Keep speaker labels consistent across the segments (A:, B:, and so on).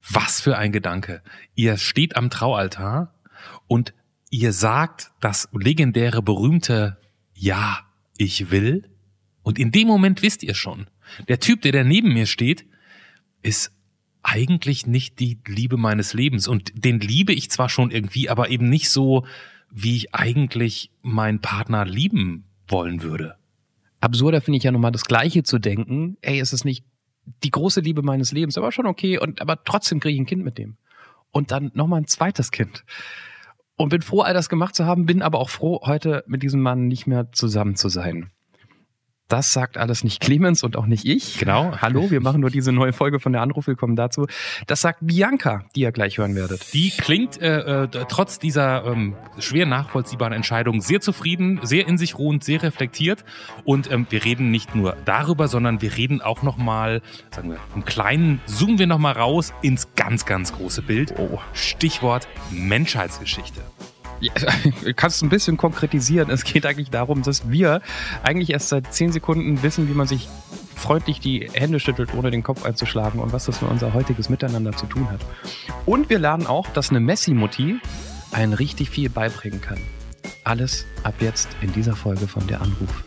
A: Was für ein Gedanke. Ihr steht am Traualtar und ihr sagt das legendäre, berühmte Ja, ich will. Und in dem Moment wisst ihr schon, der Typ, der neben mir steht, ist eigentlich nicht die Liebe meines Lebens. Und den liebe ich zwar schon irgendwie, aber eben nicht so, wie ich eigentlich meinen Partner lieben wollen würde.
B: Absurder finde ich ja nochmal das Gleiche zu denken. Ey, es ist nicht die große Liebe meines Lebens, aber schon okay. Aber trotzdem kriege ich ein Kind mit dem. Und dann nochmal ein zweites Kind. Und bin froh, all das gemacht zu haben, bin aber auch froh, heute mit diesem Mann nicht mehr zusammen zu sein. Das sagt alles nicht Clemens und auch nicht ich.
A: Genau.
B: Hallo, wir machen nur diese neue Folge von der Anruf. Willkommen dazu. Das sagt Bianca, die ihr gleich hören werdet.
A: Die klingt trotz dieser schwer nachvollziehbaren Entscheidung sehr zufrieden, sehr in sich ruhend, sehr reflektiert. Und wir reden nicht nur darüber, sondern wir reden auch nochmal, sagen wir, im Kleinen zoomen wir nochmal raus ins ganz, ganz große Bild. Oh. Stichwort Menschheitsgeschichte.
B: Ja, kannst du ein bisschen konkretisieren? Es geht eigentlich darum, dass wir eigentlich erst seit 10 Sekunden wissen, wie man sich freundlich die Hände schüttelt, ohne den Kopf einzuschlagen und was das für unser heutiges Miteinander zu tun hat. Und wir lernen auch, dass eine Messi-Mutti einen richtig viel beibringen kann. Alles ab jetzt in dieser Folge von Der Anruf.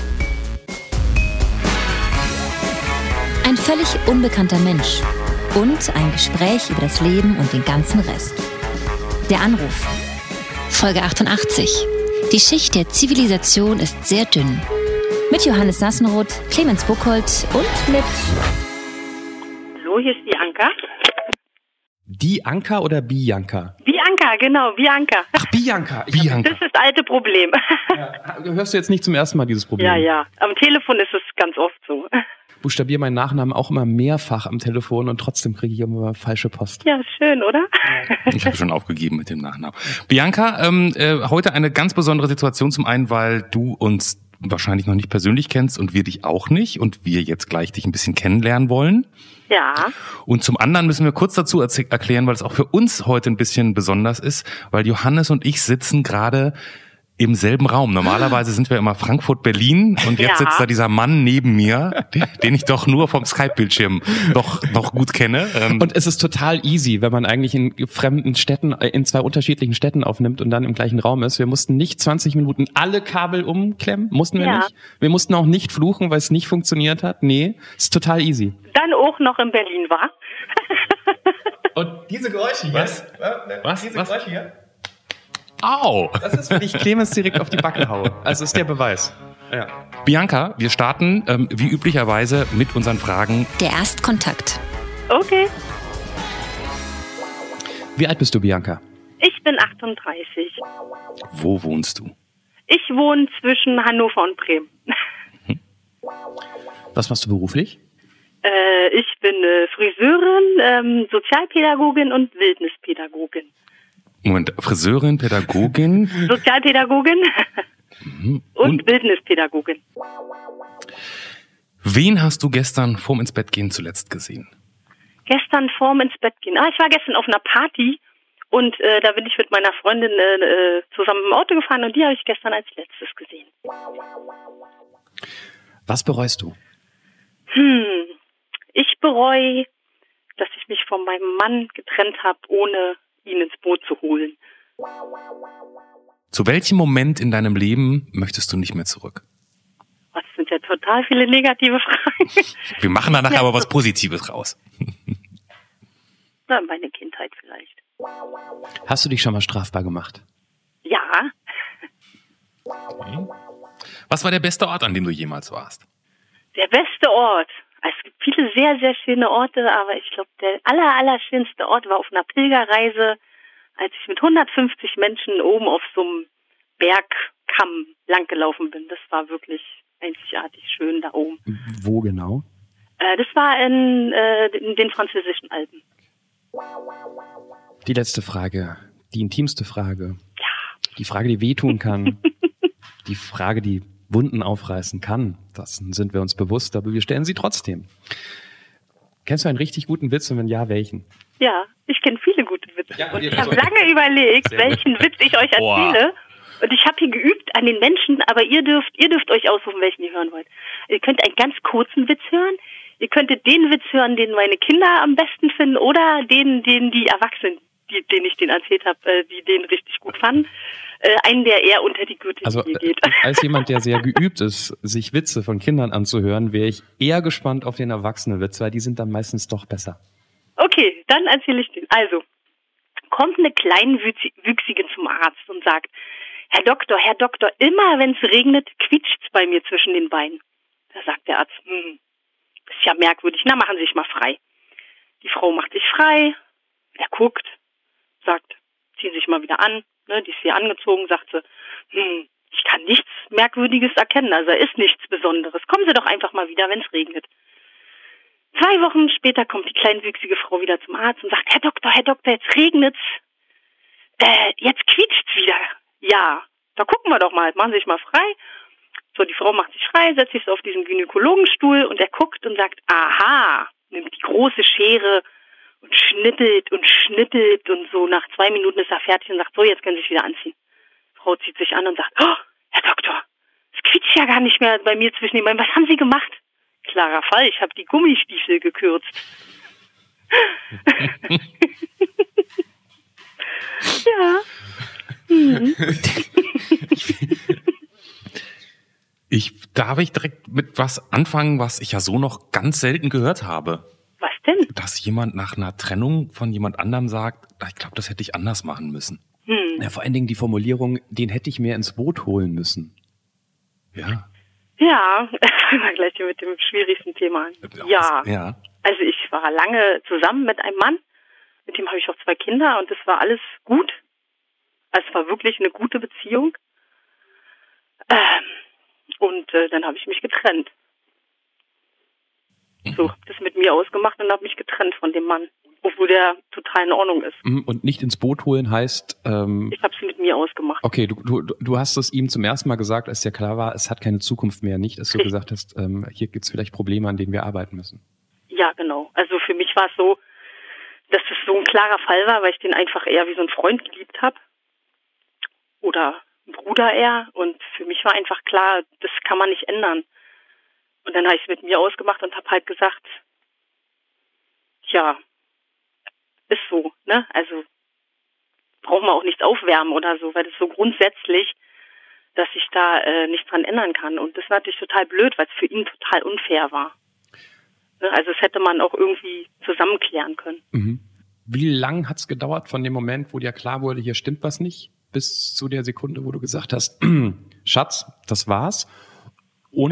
C: Ein völlig unbekannter Mensch und ein Gespräch über das Leben und den ganzen Rest. Der Anruf. Folge 88. Die Schicht der Zivilisation ist sehr dünn. Mit Johannes Nassenroth, Clemens Buchholz und mit...
D: Hallo, hier ist die Anka.
B: Die Anka oder Bianca?
D: Bianca, genau, Bianca.
B: Ach, Bianca.
A: Bianca.
D: Das ist das alte Problem.
B: Ja, hörst du jetzt nicht zum ersten Mal dieses Problem?
D: Ja. Am Telefon ist es ganz oft so.
B: Buchstabiere meinen Nachnamen auch immer mehrfach am Telefon und trotzdem kriege ich immer falsche Post.
D: Ja, schön, oder?
A: Ich habe schon aufgegeben mit dem Nachnamen. Bianca, heute eine ganz besondere Situation. Zum einen, weil du uns wahrscheinlich noch nicht persönlich kennst und wir dich auch nicht und wir jetzt gleich dich ein bisschen kennenlernen wollen.
D: Ja.
A: Und zum anderen müssen wir kurz dazu erklären, weil es auch für uns heute ein bisschen besonders ist, weil Johannes und ich sitzen gerade im selben Raum. Normalerweise sind wir immer Frankfurt-Berlin und jetzt sitzt da dieser Mann neben mir, den ich doch nur vom Skype-Bildschirm noch gut kenne.
B: Und es ist total easy, wenn man eigentlich in fremden Städten, in 2 unterschiedlichen Städten aufnimmt und dann im gleichen Raum ist. Wir mussten nicht 20 Minuten alle Kabel umklemmen, mussten wir nicht. Wir mussten auch nicht fluchen, weil es nicht funktioniert hat. Nee, ist total easy.
D: Dann auch noch in Berlin war.
B: Und diese Geräusche hier.
A: Was?
B: Diese Geräusche hier.
A: Au!
B: Das ist, wenn ich Clemens direkt auf die Backe haue. Also ist der Beweis. Ja.
A: Bianca, wir starten wie üblicherweise mit unseren Fragen.
C: Der Erstkontakt.
D: Okay.
B: Wie alt bist du, Bianca?
D: Ich bin 38.
A: Wo wohnst du?
D: Ich wohne zwischen Hannover und Bremen.
B: Was machst du beruflich?
D: Ich bin Friseurin, Sozialpädagogin und Wildnispädagogin.
A: Moment, Friseurin, Pädagogin.
D: Sozialpädagogin und Wildnispädagogin.
A: Wen hast du gestern vorm ins Bett gehen zuletzt gesehen?
D: Gestern vorm ins Bett gehen. Ich war gestern auf einer Party und da bin ich mit meiner Freundin zusammen im Auto gefahren und die habe ich gestern als letztes gesehen.
B: Was bereust du?
D: Ich bereue, dass ich mich von meinem Mann getrennt habe, ohne ihn ins Boot zu holen.
A: Zu welchem Moment in deinem Leben möchtest du nicht mehr zurück?
D: Das sind ja total viele negative Fragen.
A: Wir machen danach aber was Positives raus.
D: Na, meine Kindheit vielleicht.
B: Hast du dich schon mal strafbar gemacht?
D: Ja.
A: Was war der beste Ort, an dem du jemals warst?
D: Der beste Ort. Es gibt viele sehr, sehr schöne Orte, aber ich glaube, der allerschönste Ort war auf einer Pilgerreise, als ich mit 150 Menschen oben auf so einem Bergkamm langgelaufen bin. Das war wirklich einzigartig schön da oben.
B: Wo genau?
D: Das war in den französischen Alpen.
B: Die letzte Frage, die intimste Frage.
D: Ja.
B: Die Frage, die wehtun kann. Die Frage, die Wunden aufreißen kann. Das sind wir uns bewusst, aber wir stellen sie trotzdem. Kennst du einen richtig guten Witz und wenn ja, welchen?
D: Ja, ich kenne viele gute Witze.
B: Ja,
D: und ich habe lange überlegt, welchen Witz ich euch erzähle. Und ich habe hier geübt an den Menschen, aber ihr dürft euch aussuchen, welchen ihr hören wollt. Ihr könnt einen ganz kurzen Witz hören, Ihr könntet den Witz hören, den meine Kinder am besten finden, oder den die Erwachsenen, den ich denen erzählt habe, die den richtig gut fanden. Einen, der eher unter die Gürtellinie geht.
B: Als jemand, der sehr geübt ist, sich Witze von Kindern anzuhören, wäre ich eher gespannt auf den Erwachsenenwitz, weil die sind dann meistens doch besser.
D: Okay, dann erzähle ich den. Also, kommt eine Kleinwüchsige zum Arzt und sagt, Herr Doktor, immer wenn es regnet, quietscht's bei mir zwischen den Beinen. Da sagt der Arzt, ist ja merkwürdig, na, machen Sie sich mal frei. Die Frau macht sich frei, er guckt, sagt, ziehen Sie sich mal wieder an, ne, die ist hier angezogen, sagt sie, ich kann nichts Merkwürdiges erkennen, also ist nichts Besonderes. Kommen Sie doch einfach mal wieder, wenn es regnet. 2 Wochen später kommt die kleinwüchsige Frau wieder zum Arzt und sagt, Herr Doktor, jetzt regnet's, jetzt quietscht's wieder. Ja, da gucken wir doch mal, machen Sie sich mal frei. So, die Frau macht sich frei, setzt sich so auf diesen Gynäkologenstuhl und er guckt und sagt, aha, nimmt die große Schere und schnippelt und so. Nach 2 Minuten ist er fertig und sagt, so, jetzt können Sie sich wieder anziehen. Die Frau zieht sich an und sagt, oh, Herr Doktor, es quietscht ja gar nicht mehr bei mir zwischen den Beinen. Was haben Sie gemacht? Klarer Fall, ich habe die Gummistiefel gekürzt. Ja.
A: Darf ich direkt mit was anfangen, was ich ja so noch ganz selten gehört habe?
D: Was denn?
A: Dass jemand nach einer Trennung von jemand anderem sagt, ich glaube, das hätte ich anders machen müssen.
B: Ja, vor allen Dingen die Formulierung, den hätte ich mehr ins Boot holen müssen.
A: Ja.
D: Ja, fangen wir gleich hier mit dem schwierigsten Thema an. Ja. Also ich war lange zusammen mit einem Mann, mit dem habe ich auch 2 Kinder und es war alles gut. Also es war wirklich eine gute Beziehung. Und dann habe ich mich getrennt. So, habe das mit mir ausgemacht und habe mich getrennt von dem Mann, obwohl der total in Ordnung ist.
B: Und nicht ins Boot holen heißt...
D: ich habe es mit mir ausgemacht.
B: Okay, du hast es ihm zum ersten Mal gesagt, als ja klar war, es hat keine Zukunft mehr, nicht, dass du gesagt hast, hier gibt's vielleicht Probleme, an denen wir arbeiten müssen.
D: Ja, genau. Also für mich war es so, dass es so ein klarer Fall war, weil ich den einfach eher wie so ein Freund geliebt habe. Oder ein Bruder eher. Und für mich war einfach klar, das kann man nicht ändern. Und dann habe ich es mit mir ausgemacht und habe halt gesagt, ja, ist so, ne? Also brauchen wir auch nichts aufwärmen oder so, weil das so grundsätzlich, dass ich da nichts dran ändern kann. Und das war natürlich total blöd, weil es für ihn total unfair war. Also das hätte man auch irgendwie zusammen klären können.
B: Mhm. Wie lang hat's gedauert von dem Moment, wo dir klar wurde, hier stimmt was nicht, bis zu der Sekunde, wo du gesagt hast, Schatz, das war's? Und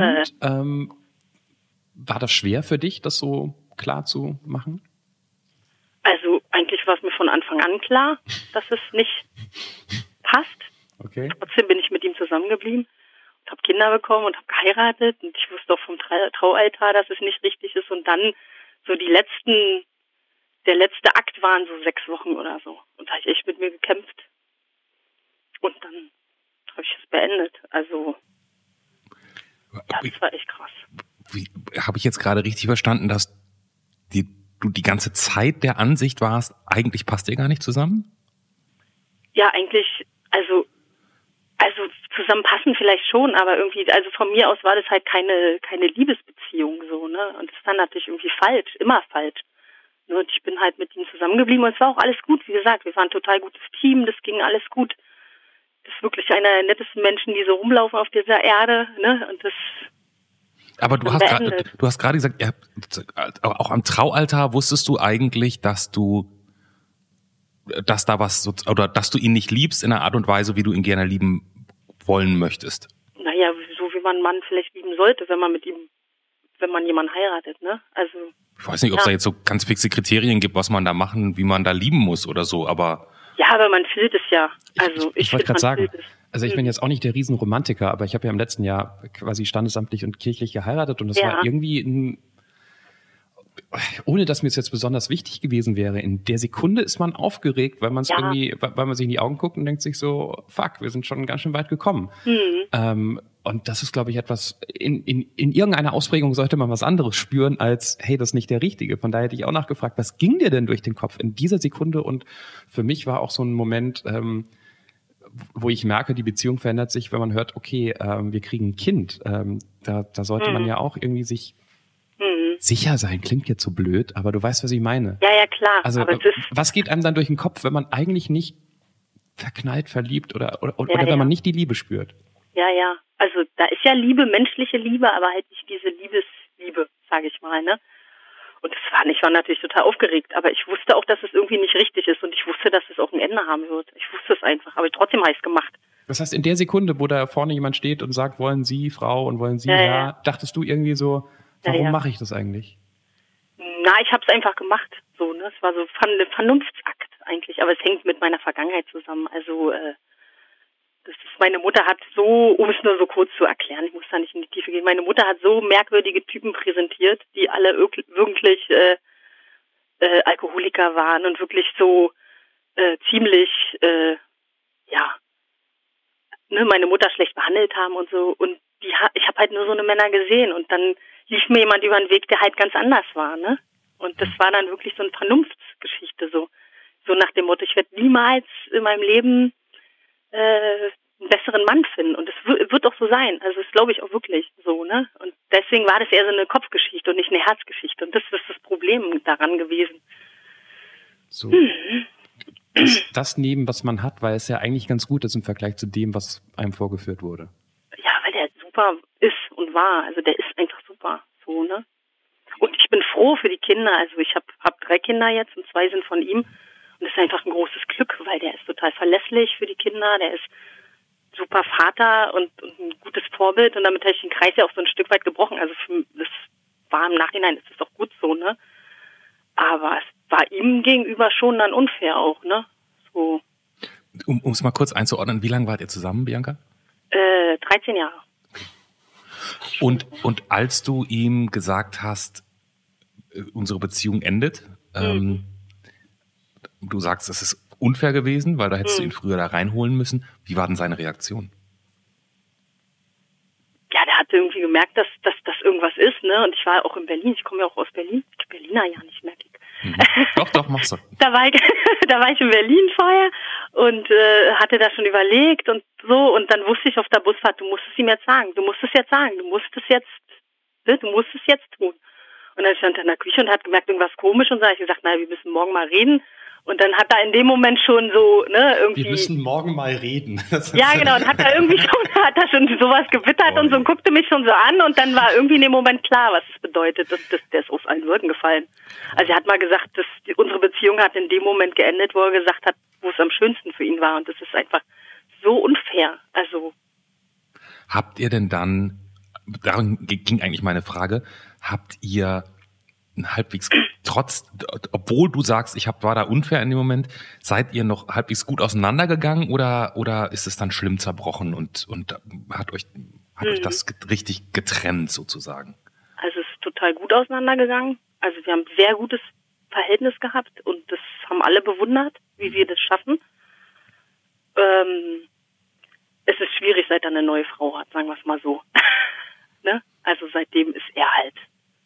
B: war das schwer für dich, das so klar zu machen?
D: Also eigentlich war es mir von Anfang an klar, dass es nicht passt.
B: Okay.
D: Trotzdem bin ich mit ihm zusammengeblieben und habe Kinder bekommen und habe geheiratet. Und ich wusste auch vom Traualtar, dass es nicht richtig ist. Und dann so der letzte Akt waren so 6 Wochen oder so. Und da habe ich echt mit mir gekämpft. Und dann habe ich es beendet. Also das war echt krass.
A: Habe ich jetzt gerade richtig verstanden, dass du die ganze Zeit der Ansicht warst, eigentlich passt ihr gar nicht zusammen?
D: Ja, eigentlich, also zusammenpassen vielleicht schon, aber irgendwie, also von mir aus war das halt keine Liebesbeziehung so, ne? Und das ist dann natürlich irgendwie falsch, immer falsch. Und ich bin halt mit ihm zusammengeblieben und es war auch alles gut, wie gesagt, wir waren ein total gutes Team, das ging alles gut. Das ist wirklich einer der nettesten Menschen, die so rumlaufen auf dieser Erde, ne? Und das.
A: Aber du hast gerade gesagt, auch am Traualtar wusstest du eigentlich, dass da was, oder dass du ihn nicht liebst in einer Art und Weise, wie du ihn gerne lieben wollen möchtest.
D: Naja, so wie man einen Mann vielleicht lieben sollte, wenn man jemanden heiratet, ne? Also.
A: Ich weiß nicht, ob es da jetzt so ganz fixe Kriterien gibt, was man da machen, wie man da lieben muss oder so, aber.
D: Ja, aber man fühlt es ja. Also
B: ich wollte gerade sagen, also ich bin jetzt auch nicht der Riesenromantiker, aber ich habe ja im letzten Jahr quasi standesamtlich und kirchlich geheiratet und das war irgendwie ohne dass mir es jetzt besonders wichtig gewesen wäre, in der Sekunde ist man aufgeregt, weil man es irgendwie, weil man sich in die Augen guckt und denkt sich so, fuck, wir sind schon ganz schön weit gekommen. Und das ist, glaube ich, etwas, in irgendeiner Ausprägung sollte man was anderes spüren als, hey, das ist nicht der Richtige. Von daher hätte ich auch nachgefragt, was ging dir denn durch den Kopf in dieser Sekunde? Und für mich war auch so ein Moment, wo ich merke, die Beziehung verändert sich, wenn man hört, okay, wir kriegen ein Kind. Da sollte man ja auch irgendwie sich Sicher sein klingt jetzt so blöd, aber du weißt, was ich meine.
D: Ja, klar.
B: Also
D: aber es ist,
B: was geht einem dann durch den Kopf, wenn man eigentlich nicht verknallt, verliebt oder wenn man nicht die Liebe spürt?
D: Ja. Also da ist ja Liebe, menschliche Liebe, aber halt nicht diese Liebesliebe, sage ich mal, ne? Und ich war natürlich total aufgeregt, aber ich wusste auch, dass es irgendwie nicht richtig ist und ich wusste, dass es auch ein Ende haben wird. Ich wusste es einfach, aber trotzdem habe ich es gemacht.
B: Das heißt, in der Sekunde, wo da vorne jemand steht und sagt, wollen Sie, Frau, und wollen Sie, ja, dachtest du irgendwie so, warum mache ich das eigentlich?
D: Na, ich habe es einfach gemacht. So, ne? Es war so ein Vernunftsakt eigentlich, aber es hängt mit meiner Vergangenheit zusammen. Also meine Mutter hat so, um es nur so kurz zu erklären, ich muss da nicht in die Tiefe gehen, meine Mutter hat so merkwürdige Typen präsentiert, die alle wirklich Alkoholiker waren und wirklich so ziemlich, meine Mutter schlecht behandelt haben und so. Und ich habe halt nur so eine Männer gesehen und dann lief mir jemand über den Weg, der halt ganz anders war, ne? Und das war dann wirklich so eine Vernunftsgeschichte, so nach dem Motto, ich werde niemals in meinem Leben einen besseren Mann finden. Und es wird auch so sein. Also das glaube ich auch wirklich so, ne? Und deswegen war das eher so eine Kopfgeschichte und nicht eine Herzgeschichte. Und das ist das Problem daran gewesen.
B: So. Das nehmen, was man hat, weil es ja eigentlich ganz gut ist im Vergleich zu dem, was einem vorgeführt wurde.
D: Ja, weil der super ist und war. Also der ist einfach super. So, ne? Und ich bin froh für die Kinder. Also ich hab 3 Kinder jetzt und 2 sind von ihm. Und das ist einfach ein großes Glück, weil der ist total verlässlich für die Kinder. Der ist super Vater und ein gutes Vorbild. Und damit habe ich den Kreis ja auch so ein Stück weit gebrochen. Also das war im Nachhinein, das ist doch gut so, ne? Aber es war ihm gegenüber schon dann unfair auch, ne? So.
A: Um es mal kurz einzuordnen, wie lange wart ihr zusammen, Bianca?
D: 13 Jahre.
A: Und als du ihm gesagt hast, unsere Beziehung endet, du sagst, es ist unfair gewesen, weil da hättest du ihn früher da reinholen müssen. Wie war denn seine Reaktion?
D: Ja, der hatte irgendwie gemerkt, dass das irgendwas ist, ne? Und ich war auch in Berlin, ich komme ja auch aus Berlin. Ich Berliner ja nicht, merke ich.
A: Doch, machst du.
D: Da war ich in Berlin vorher und hatte da schon überlegt und so. Und dann wusste ich auf der Busfahrt, du musst es ihm jetzt sagen. Du musst es jetzt tun. Und dann stand er in der Küche und hat gemerkt, irgendwas komisch. Und so habe ich gesagt, wir müssen morgen mal reden. Und dann hat er in dem Moment schon so, ne, irgendwie...
B: Wir müssen morgen mal reden.
D: Ja, genau. Und hat er schon sowas gewittert und so und guckte mich schon so an. Und dann war irgendwie in dem Moment klar, was es bedeutet. Der ist aus allen Wolken gefallen. Also er hat mal gesagt, dass unsere Beziehung hat in dem Moment geendet, wo er gesagt hat, wo es am schönsten für ihn war. Und das ist einfach so unfair. Also...
A: Habt ihr denn dann, darum ging eigentlich meine Frage, habt ihr halbwegs obwohl du sagst, war da unfair in dem Moment, seid ihr noch halbwegs gut auseinandergegangen oder ist es dann schlimm zerbrochen und hat euch das richtig getrennt sozusagen?
D: Also es ist total gut auseinandergegangen. Also wir haben ein sehr gutes Verhältnis gehabt und das haben alle bewundert, wie wir das schaffen. Es ist schwierig, seit er eine neue Frau hat, sagen wir es mal so. Ne? Also seitdem ist er halt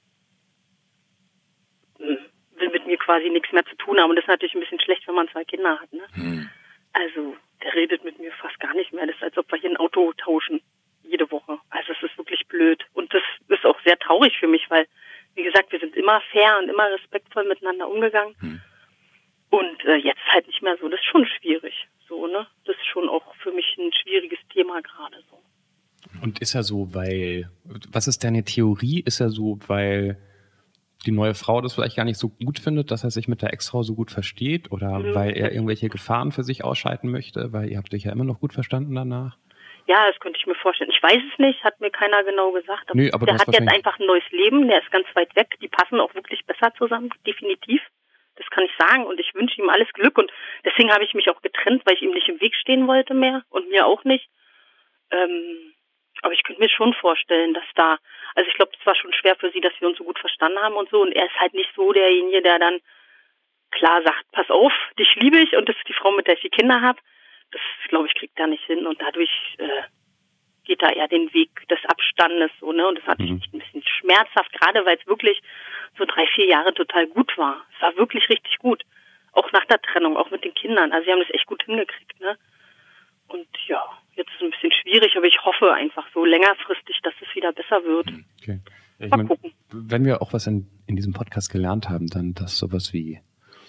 D: will mit mir quasi nichts mehr zu tun haben. Und das ist natürlich ein bisschen schlecht, wenn man 2 Kinder hat. Ne? Also der redet mit mir fast gar nicht mehr. Das ist, als ob wir hier ein Auto tauschen jede Woche. Also es ist wirklich blöd. Und das ist auch sehr traurig für mich, weil, wie gesagt, wir sind immer fair und immer respektvoll miteinander umgegangen. Und jetzt halt nicht mehr so. Das ist schon schwierig. So, ne? Das ist schon auch für mich ein schwieriges Thema gerade so.
B: Und ist er so, was ist deine Theorie? Ist er so, weil die neue Frau das vielleicht gar nicht so gut findet, dass er sich mit der Ex-Frau so gut versteht? Oder weil er irgendwelche Gefahren für sich ausschalten möchte? Weil ihr habt euch ja immer noch gut verstanden danach.
D: Ja, das könnte ich mir vorstellen. Ich weiß es nicht, hat mir keiner genau gesagt.
B: Nö, aber
D: der hat jetzt einfach ein neues Leben, der ist ganz weit weg. Die passen auch wirklich besser zusammen, definitiv. Das kann ich sagen und ich wünsche ihm alles Glück. Und deswegen habe ich mich auch getrennt, weil ich ihm nicht im Weg stehen wollte mehr und mir auch nicht. Aber ich könnte mir schon vorstellen, dass also ich glaube, es war schon schwer für sie, dass wir uns so gut verstanden haben und so. Und er ist halt nicht so derjenige, der dann klar sagt, pass auf, dich liebe ich und das ist die Frau, mit der ich die Kinder habe. Das, glaube ich, kriegt er nicht hin. Und dadurch geht er eher den Weg des Abstandes. So, ne? Und das hat mich ein bisschen schmerzhaft, gerade weil es wirklich so 3-4 Jahre total gut war. Es war wirklich richtig gut. Auch nach der Trennung, auch mit den Kindern. Also sie haben das echt gut hingekriegt, ne? Und ja, jetzt ist es ein bisschen schwierig, aber ich hoffe einfach so längerfristig, dass es wieder besser wird.
B: Okay. Ja,
D: mal gucken.
B: wenn wir auch was in diesem Podcast gelernt haben, dann dass sowas wie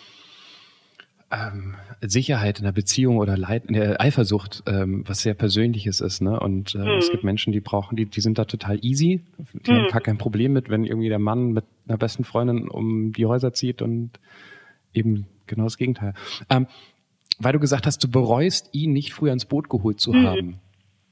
B: Sicherheit in der Beziehung oder in der Eifersucht, was sehr Persönliches ist, ne? Und es gibt Menschen, die sind da total easy, die haben gar kein Problem mit, wenn irgendwie der Mann mit einer besten Freundin um die Häuser zieht und eben genau das Gegenteil. Weil du gesagt hast, du bereust, ihn nicht früher ins Boot geholt zu haben.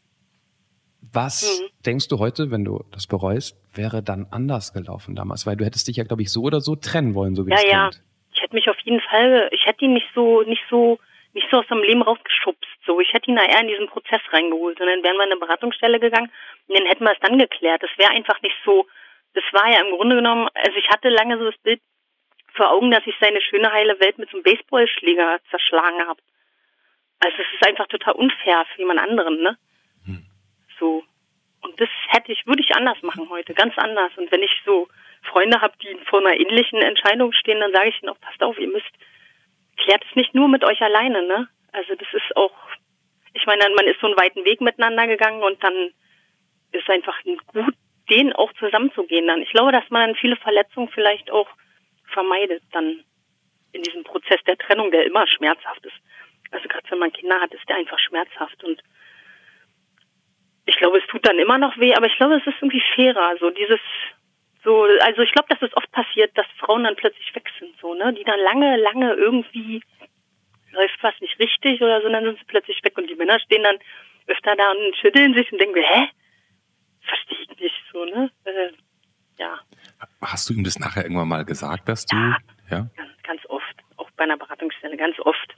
B: Was denkst du heute, wenn du das bereust, wäre dann anders gelaufen damals? Weil du hättest dich ja, glaube ich, so oder so trennen wollen, so wie es klingt.
D: Ich hätte mich auf jeden Fall, ich hätte ihn nicht so aus seinem Leben rausgeschubst. So, ich hätte ihn da eher in diesen Prozess reingeholt. Und dann wären wir in eine Beratungsstelle gegangen und dann hätten wir es dann geklärt. Das wäre einfach nicht so, das war ja im Grunde genommen, also ich hatte lange so das Bild vor Augen, dass ich seine schöne heile Welt mit so einem Baseballschläger zerschlagen habe. Also es ist einfach total unfair für jemand anderen, ne? So. Und das würde ich anders machen heute, ganz anders. Und wenn ich so Freunde habe, die vor einer ähnlichen Entscheidung stehen, dann sage ich ihnen auch, passt auf, ihr klärt es nicht nur mit euch alleine, ne? Also das ist auch, ich meine, man ist so einen weiten Weg miteinander gegangen und dann ist einfach gut, denen auch zusammenzugehen dann. Ich glaube, dass man dann viele Verletzungen vielleicht auch vermeidet dann in diesem Prozess der Trennung, der immer schmerzhaft ist. Also gerade wenn man Kinder hat, ist der einfach schmerzhaft und ich glaube, es tut dann immer noch weh, aber ich glaube, es ist irgendwie fairer, also ich glaube, dass es oft passiert, dass Frauen dann plötzlich weg sind, so, ne, die dann lange irgendwie läuft was nicht richtig oder so, dann sind sie plötzlich weg und die Männer stehen dann öfter da und schütteln sich und denken, verstehe ich nicht, so, ne, ja.
A: Hast du ihm das nachher irgendwann mal gesagt, dass du, ja?
D: Ganz oft, auch bei einer Beratungsstelle, ganz oft.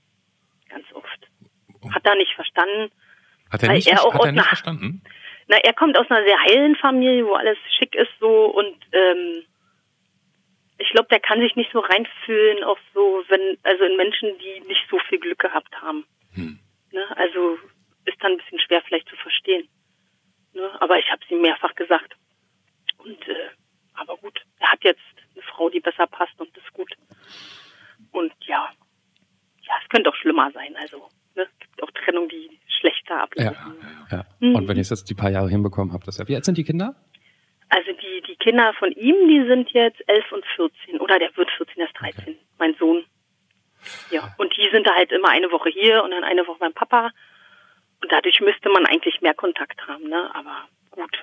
D: Hat er nicht verstanden.
A: Hat er nicht verstanden?
D: Na, er kommt aus einer sehr heilen Familie, wo alles schick ist so und ich glaube, der kann sich nicht so reinfühlen, auch so, in Menschen, die nicht so viel Glück gehabt haben. Ne? Also ist dann ein bisschen schwer vielleicht zu verstehen. Ne? Aber ich habe es ihm mehrfach gesagt. Und aber gut, er hat jetzt eine Frau, die besser passt und das ist gut. Und ja, es könnte auch schlimmer sein, also. Ne? Es gibt auch Trennung, die schlechter ablaufen.
B: Ja. Und wenn ihr es jetzt die paar Jahre hinbekommen habt, wie alt sind die Kinder?
D: Also die Kinder von ihm, die sind jetzt 11 und 14. Oder der wird 14, er ist 13, okay. Mein Sohn. Ja, und die sind da halt immer eine Woche hier und dann eine Woche beim Papa. Und dadurch müsste man eigentlich mehr Kontakt haben, ne? Aber gut.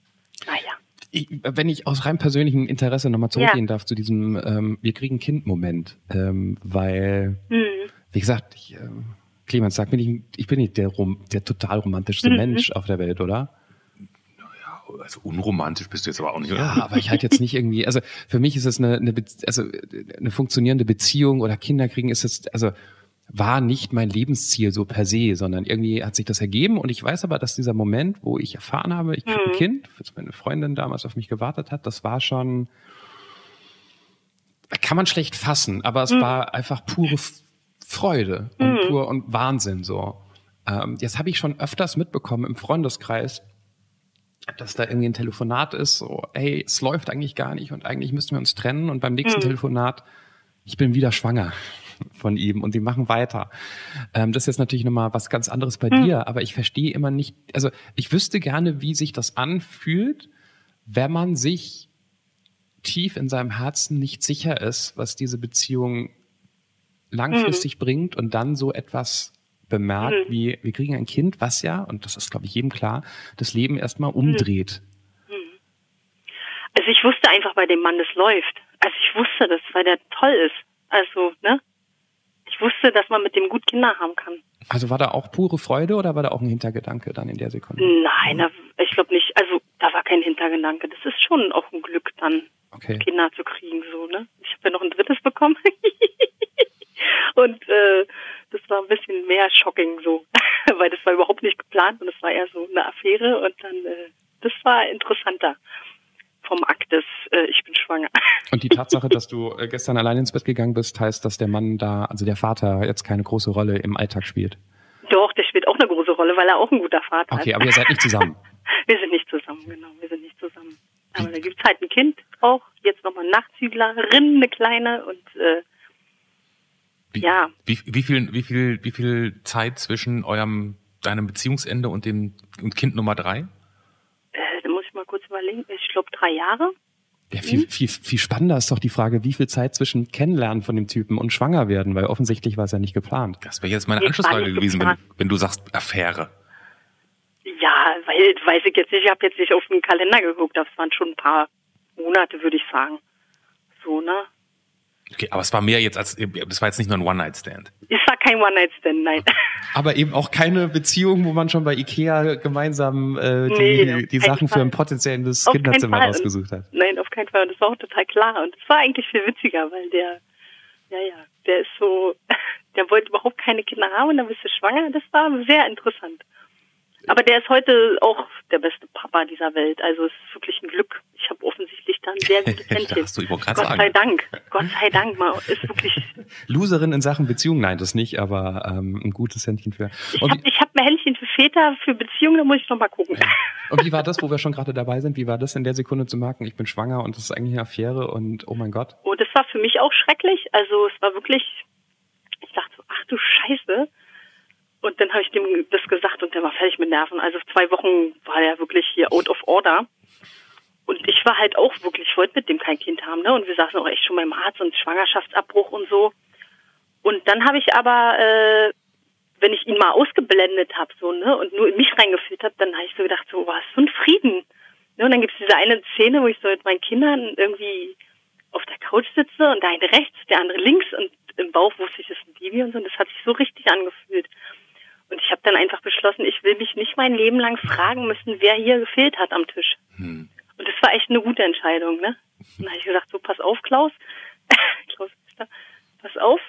D: Naja.
B: Wenn ich aus rein persönlichem Interesse nochmal zurückgehen darf zu diesem Wir-kriegen-Kind-Moment, weil, wie gesagt, Clemens, sag mir nicht, ich bin nicht der total romantischste Mensch auf der Welt, oder?
A: Naja, also unromantisch bist du jetzt aber auch nicht, oder?
B: Ja, aber ich halt jetzt nicht irgendwie, also für mich ist es eine funktionierende Beziehung oder Kinder kriegen war nicht mein Lebensziel so per se, sondern irgendwie hat sich das ergeben und ich weiß aber, dass dieser Moment, wo ich erfahren habe, ich kriege ein Kind, als meine Freundin damals auf mich gewartet hat, das war schon, kann man schlecht fassen, aber es war einfach pure Freude und Wahnsinn so. Jetzt habe ich schon öfters mitbekommen im Freundeskreis, dass da irgendwie ein Telefonat ist, so, hey, es läuft eigentlich gar nicht und eigentlich müssten wir uns trennen und beim nächsten Telefonat, ich bin wieder schwanger von ihm und die machen weiter. Das ist jetzt natürlich nochmal was ganz anderes bei dir, aber ich verstehe immer nicht, also ich wüsste gerne, wie sich das anfühlt, wenn man sich tief in seinem Herzen nicht sicher ist, was diese Beziehung langfristig bringt und dann so etwas bemerkt, wie wir kriegen ein Kind, was ja, und das ist, glaube ich, jedem klar, das Leben erstmal umdreht.
D: Also ich wusste einfach bei dem Mann, das läuft. Also ich wusste das, weil der toll ist. Also, ne? Ich wusste, dass man mit dem gut Kinder haben kann.
B: Also war da auch pure Freude oder war da auch ein Hintergedanke dann in der Sekunde?
D: Nein, ich glaube nicht. Also da war kein Hintergedanke. Das ist schon auch ein Glück dann, Kinder zu kriegen, so, ne? Ich habe ja noch ein drittes bekommen. Und das war ein bisschen mehr shocking so, weil das war überhaupt nicht geplant und es war eher so eine Affäre und dann, das war interessanter vom Akt des ich bin schwanger.
B: Und die Tatsache, dass du gestern allein ins Bett gegangen bist, heißt, dass der Mann da, also der Vater, jetzt keine große Rolle im Alltag spielt?
D: Doch, der spielt auch eine große Rolle, weil er auch ein guter Vater ist.
B: Okay, aber ihr seid nicht zusammen?
D: Wir sind nicht zusammen, genau, wir sind nicht zusammen. Aber da gibt's halt ein Kind auch, jetzt nochmal eine Nachzüglerin, eine kleine und ja.
A: Wie viel Zeit zwischen deinem Beziehungsende und Kind Nummer 3?
D: Da muss ich mal kurz überlegen. Ich glaube 3 Jahre.
B: Ja, viel spannender ist doch die Frage, wie viel Zeit zwischen Kennenlernen von dem Typen und schwanger werden, weil offensichtlich war es ja nicht geplant.
A: Das wäre jetzt meine Anschlussfrage gewesen, wenn du sagst Affäre.
D: Ja, weil, weiß ich jetzt nicht, ich habe jetzt nicht auf den Kalender geguckt, das waren schon ein paar Monate, würde ich sagen. So, ne?
A: Okay, aber es war mehr jetzt das war jetzt nicht nur ein One-Night-Stand.
D: Es war kein One-Night-Stand, nein.
B: Aber eben auch keine Beziehung, wo man schon bei Ikea gemeinsam die Sachen für ein potenzielles Kinderzimmer rausgesucht hat.
D: Nein, auf keinen Fall. Und das war auch total klar. Und es war eigentlich viel witziger, weil der ist so, der wollte überhaupt keine Kinder haben und dann bist du schwanger. Das war sehr interessant. Aber der ist heute auch der beste Papa dieser Welt. Also es ist wirklich ein Glück. Ich habe offensichtlich da ein sehr gutes Händchen. Gott sei Dank. Gott sei Dank. Man ist wirklich...
B: Loserin in Sachen Beziehung, nein, das nicht, aber ein gutes Händchen für...
D: Ich hab ein Händchen für Väter, für Beziehungen, da muss ich noch mal gucken.
B: Ja. Und wie war das, wo wir schon gerade dabei sind? Wie war das in der Sekunde zu merken, ich bin schwanger und das ist eigentlich eine Affäre und oh mein Gott?
D: Oh, das war für mich auch schrecklich. Also es war wirklich... Ich dachte so, ach du Scheiße. Und dann habe ich dem das gesagt und der war fertig mit Nerven. Also 2 Wochen war der wirklich hier out of order. Und ich war halt auch wirklich, ich wollte mit dem kein Kind haben, ne? Und wir saßen auch echt schon beim Arzt und Schwangerschaftsabbruch und so. Und dann habe ich aber, wenn ich ihn mal ausgeblendet habe, so, ne? Und nur in mich reingefühlt habe, dann habe ich so gedacht, so, was so ein Frieden. Ne? Und dann gibt es diese eine Szene, wo ich so mit meinen Kindern irgendwie auf der Couch sitze und der eine rechts, der andere links und im Bauch wusste ich, das ist ein Baby und so. Und das hat sich so richtig angefühlt. Und ich habe dann einfach beschlossen, ich will mich nicht mein Leben lang fragen müssen, wer hier gefehlt hat am Tisch. Und das war echt eine gute Entscheidung, ne? Und dann habe ich gesagt, so, pass auf, Klaus. Klaus ist da. Pass auf,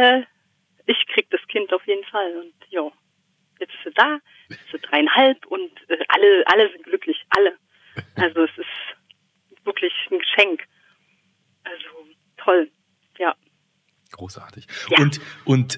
D: ich krieg das Kind auf jeden Fall. Und ja, jetzt ist sie da, jetzt ist sie 3,5 und alle sind glücklich, alle. Also es ist wirklich ein Geschenk. Also toll, ja.
A: Großartig. Ja. Und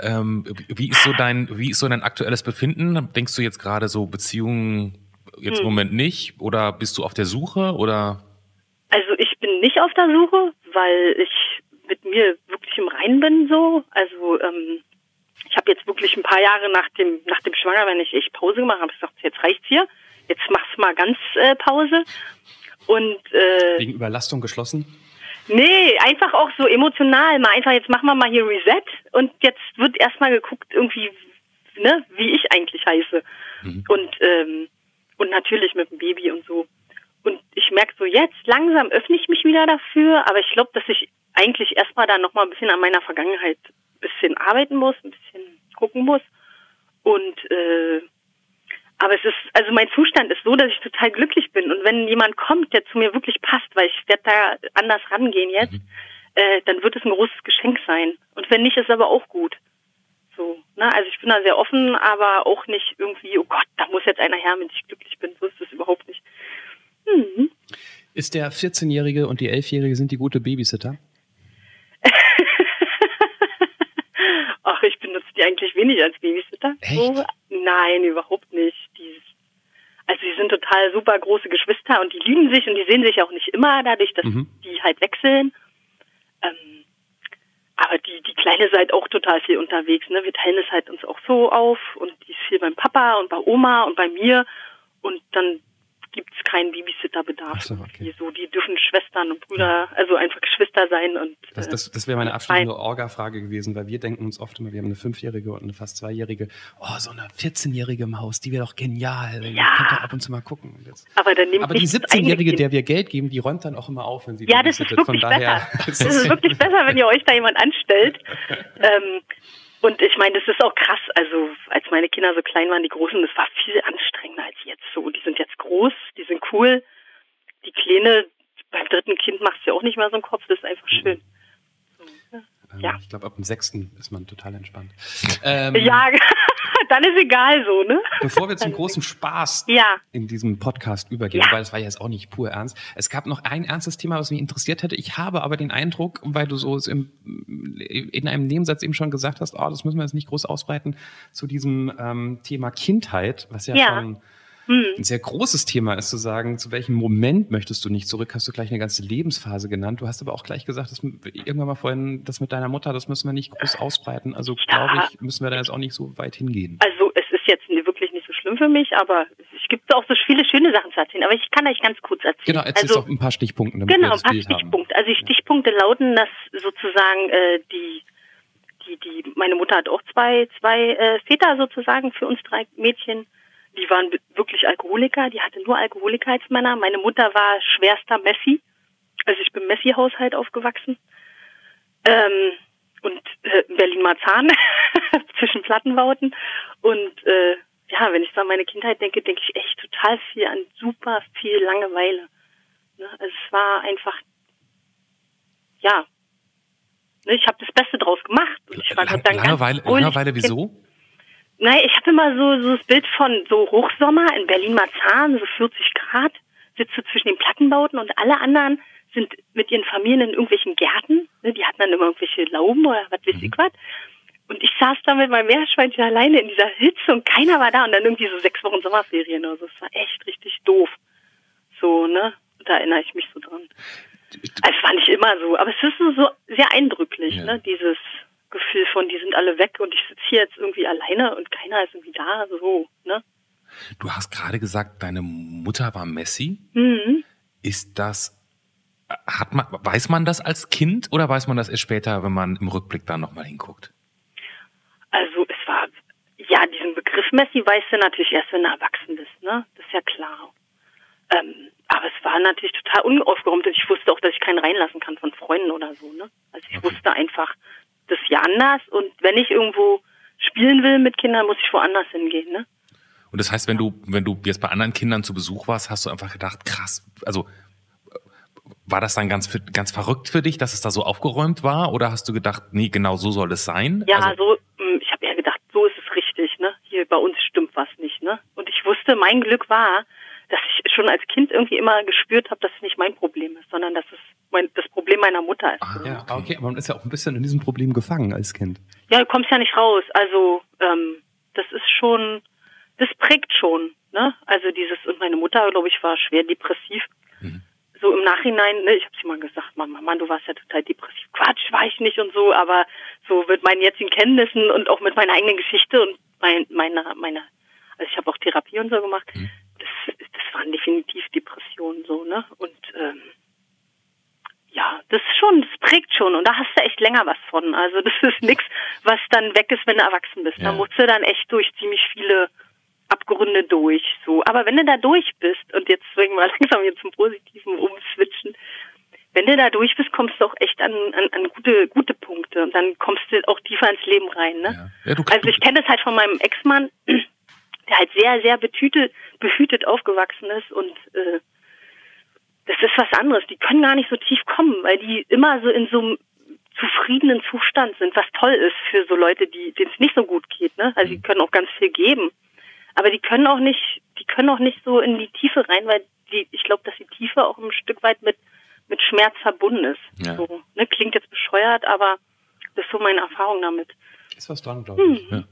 A: wie ist so dein aktuelles Befinden? Denkst du jetzt gerade so Beziehungen jetzt im Moment nicht? Oder bist du auf der Suche? Oder?
D: Also ich bin nicht auf der Suche, weil ich mit mir wirklich im Reinen bin so. Also ich habe jetzt wirklich ein paar Jahre nach dem Schwangerwerden echt Pause gemacht. Habe gesagt, jetzt reicht's hier. Jetzt mach's mal ganz Pause. Und
B: wegen Überlastung geschlossen?
D: Nee, einfach auch so emotional. Mal einfach, jetzt machen wir mal hier Reset und jetzt wird erstmal geguckt, irgendwie, ne, wie ich eigentlich heiße. Und natürlich mit dem Baby und so. Und ich merke so, jetzt langsam öffne ich mich wieder dafür, aber ich glaube, dass ich eigentlich erstmal da nochmal ein bisschen an meiner Vergangenheit ein bisschen arbeiten muss, ein bisschen gucken muss. Und aber es ist, also mein Zustand ist so, dass ich total glücklich bin. Und wenn jemand kommt, der zu mir wirklich passt, weil ich werde da anders rangehen jetzt, dann wird es ein großes Geschenk sein. Und wenn nicht, ist aber auch gut. So, ne? Also ich bin da sehr offen, aber auch nicht irgendwie, oh Gott, da muss jetzt einer her, wenn ich glücklich bin. So ist es überhaupt nicht.
B: Ist der 14-Jährige und die 11-Jährige, sind die gute Babysitter?
D: Ach, ich benutze die eigentlich wenig als Babysitter.
B: Echt?
D: So, nein, überhaupt nicht. Die sind total super große Geschwister und die lieben sich und die sehen sich auch nicht immer, dadurch, dass die halt wechseln. Aber die Kleine ist halt auch total viel unterwegs. Ne? Wir teilen es halt uns auch so auf und die ist viel beim Papa und bei Oma und bei mir und dann gibt es keinen Babysitterbedarf.
B: Ach so, okay.
D: So, die dürfen Schwestern und Brüder, also einfach Geschwister sein. Und
B: das wäre meine abschließende Orga-Frage gewesen, weil wir denken uns oft immer, wir haben eine 5-Jährige und eine fast 2-Jährige. Oh, so eine 14-Jährige Maus, die wäre doch genial. Ja. Ihr könnt doch ab und zu mal gucken.
D: Aber die
B: 17-Jährige, der wir Geld geben, die räumt dann auch immer auf, wenn sie
D: das ist wirklich besser. Das ist wirklich besser, wenn ihr euch da jemand anstellt. Und ich meine, das ist auch krass. Also als meine Kinder so klein waren, die Großen, das war viel anstrengender als jetzt so. Die sind jetzt groß, die sind cool. Die Kleine, beim 3. Kind macht es ja auch nicht mehr so einen Kopf. Das ist einfach schön. So, ja.
B: Ich glaube, ab dem 6. ist man total entspannt.
D: Ja, dann ist egal so, ne?
B: Bevor wir zum großen Spaß in diesem Podcast übergehen, weil das war ja jetzt auch nicht pur ernst. Es gab noch ein ernstes Thema, was mich interessiert hätte. Ich habe aber den Eindruck, weil du so in einem Nebensatz eben schon gesagt hast, das müssen wir jetzt nicht groß ausbreiten, zu diesem Thema Kindheit, was ja schon ein sehr großes Thema ist, zu sagen, zu welchem Moment möchtest du nicht zurück, hast du gleich eine ganze Lebensphase genannt. Du hast aber auch gleich gesagt, dass irgendwann mal vorhin, das mit deiner Mutter, das müssen wir nicht groß ausbreiten. Also glaube ich, müssen wir da jetzt auch nicht so weit hingehen.
D: Also es ist jetzt wirklich nicht so schlimm für mich, aber ich gibt auch so viele schöne Sachen zu erzählen, aber ich kann euch ganz kurz erzählen.
B: Genau, erzähl's doch ein paar Stichpunkte, damit wir
D: Genau, ein
B: das
D: paar
B: Bild haben.
D: Stichpunkte. Also die Stichpunkte lauten, dass sozusagen meine Mutter hat auch zwei Väter sozusagen für uns 3 Mädchen. Die waren wirklich Alkoholiker, die hatte nur Alkoholiker als Männer. Meine Mutter war schwerster Messi. Also ich bin im Messi-Haushalt aufgewachsen. Und Berlin-Marzahn zwischen Plattenbauten. Und wenn ich so an meine Kindheit denke ich echt total viel an super viel Langeweile. Ne? Also es war einfach, ich habe das Beste draus gemacht. Und ich war
A: Langeweile, wieso?
D: Nein, ich habe immer so das Bild von so Hochsommer in Berlin-Marzahn, so 40 Grad, sitze zwischen den Plattenbauten und alle anderen sind mit ihren Familien in irgendwelchen Gärten. Ne, die hatten dann immer irgendwelche Lauben oder was weiß ich was. Und ich saß da mit meinem Meerschweinchen alleine in dieser Hitze und keiner war da. Und dann irgendwie so 6 Wochen Sommerferien oder so. Das war echt richtig doof. So, ne? Da erinnere ich mich so dran. Also es war nicht immer so, aber es ist so sehr eindrücklich, ne? Dieses Gefühl von, die sind alle weg und ich sitze hier jetzt irgendwie alleine und keiner ist irgendwie da, so, ne?
A: Du hast gerade gesagt, deine Mutter war Messi.
D: Mhm.
A: Ist das, weiß man das als Kind oder weiß man das erst später, wenn man im Rückblick da nochmal hinguckt?
D: Also es war, diesen Begriff Messi weißt du natürlich erst, wenn du erwachsen bist, ne? Das ist ja klar. Aber es war natürlich total unaufgeräumt und ich wusste auch, dass ich keinen reinlassen kann von Freunden oder so, ne? Also ich wusste einfach, das ist ja anders und wenn ich irgendwo spielen will mit Kindern, muss ich woanders hingehen, ne?
A: Und das heißt, wenn du jetzt bei anderen Kindern zu Besuch warst, hast du einfach gedacht, krass, also war das dann ganz verrückt für dich, dass es da so aufgeräumt war oder hast du gedacht, nee, genau so soll es sein?
D: Ja, ich habe eher gedacht, so ist es richtig, ne? Hier bei uns stimmt was nicht, ne? Und ich wusste, mein Glück war, dass ich schon als Kind irgendwie immer gespürt habe, dass es nicht mein Problem ist, sondern dass es das Problem meiner Mutter ist.
B: Ja, okay, aber man ist ja auch ein bisschen in diesem Problem gefangen als Kind.
D: Ja, du kommst ja nicht raus. Also das ist schon, das prägt schon, ne? Also und meine Mutter, glaube ich, war schwer depressiv. Mhm. So im Nachhinein, ne, ich habe sie mal gesagt, Mama, du warst ja total depressiv. Quatsch, war ich nicht und so, aber so mit meinen jetzigen Kenntnissen und auch mit meiner eigenen Geschichte und meiner, also ich habe auch Therapie und so gemacht, das waren definitiv Depressionen so, ne? Und das prägt schon und da hast du echt länger was von. Also das ist nichts, was dann weg ist, wenn du erwachsen bist. Ja. Da musst du dann echt durch ziemlich viele Abgründe durch. So. Aber wenn du da durch bist, und jetzt zwingen wir langsam hier zum Positiven umswitchen, wenn du da durch bist, kommst du auch echt an gute Punkte und dann kommst du auch tiefer ins Leben rein. Ne? Ja. Ja, also ich kenne das halt von meinem Ex-Mann, der halt sehr, sehr behütet aufgewachsen ist und das ist was anderes. Die können gar nicht so tief kommen, weil die immer so in so einem zufriedenen Zustand sind, was toll ist für so Leute, denen es nicht so gut geht. Ne? Also die können auch ganz viel geben. Aber die können auch nicht so in die Tiefe rein, weil ich glaube, dass die Tiefe auch ein Stück weit mit Schmerz verbunden ist. Ja. So, ne? Klingt jetzt bescheuert, aber das ist so meine Erfahrung damit.
B: Ist was dran, glaube ich. Ja.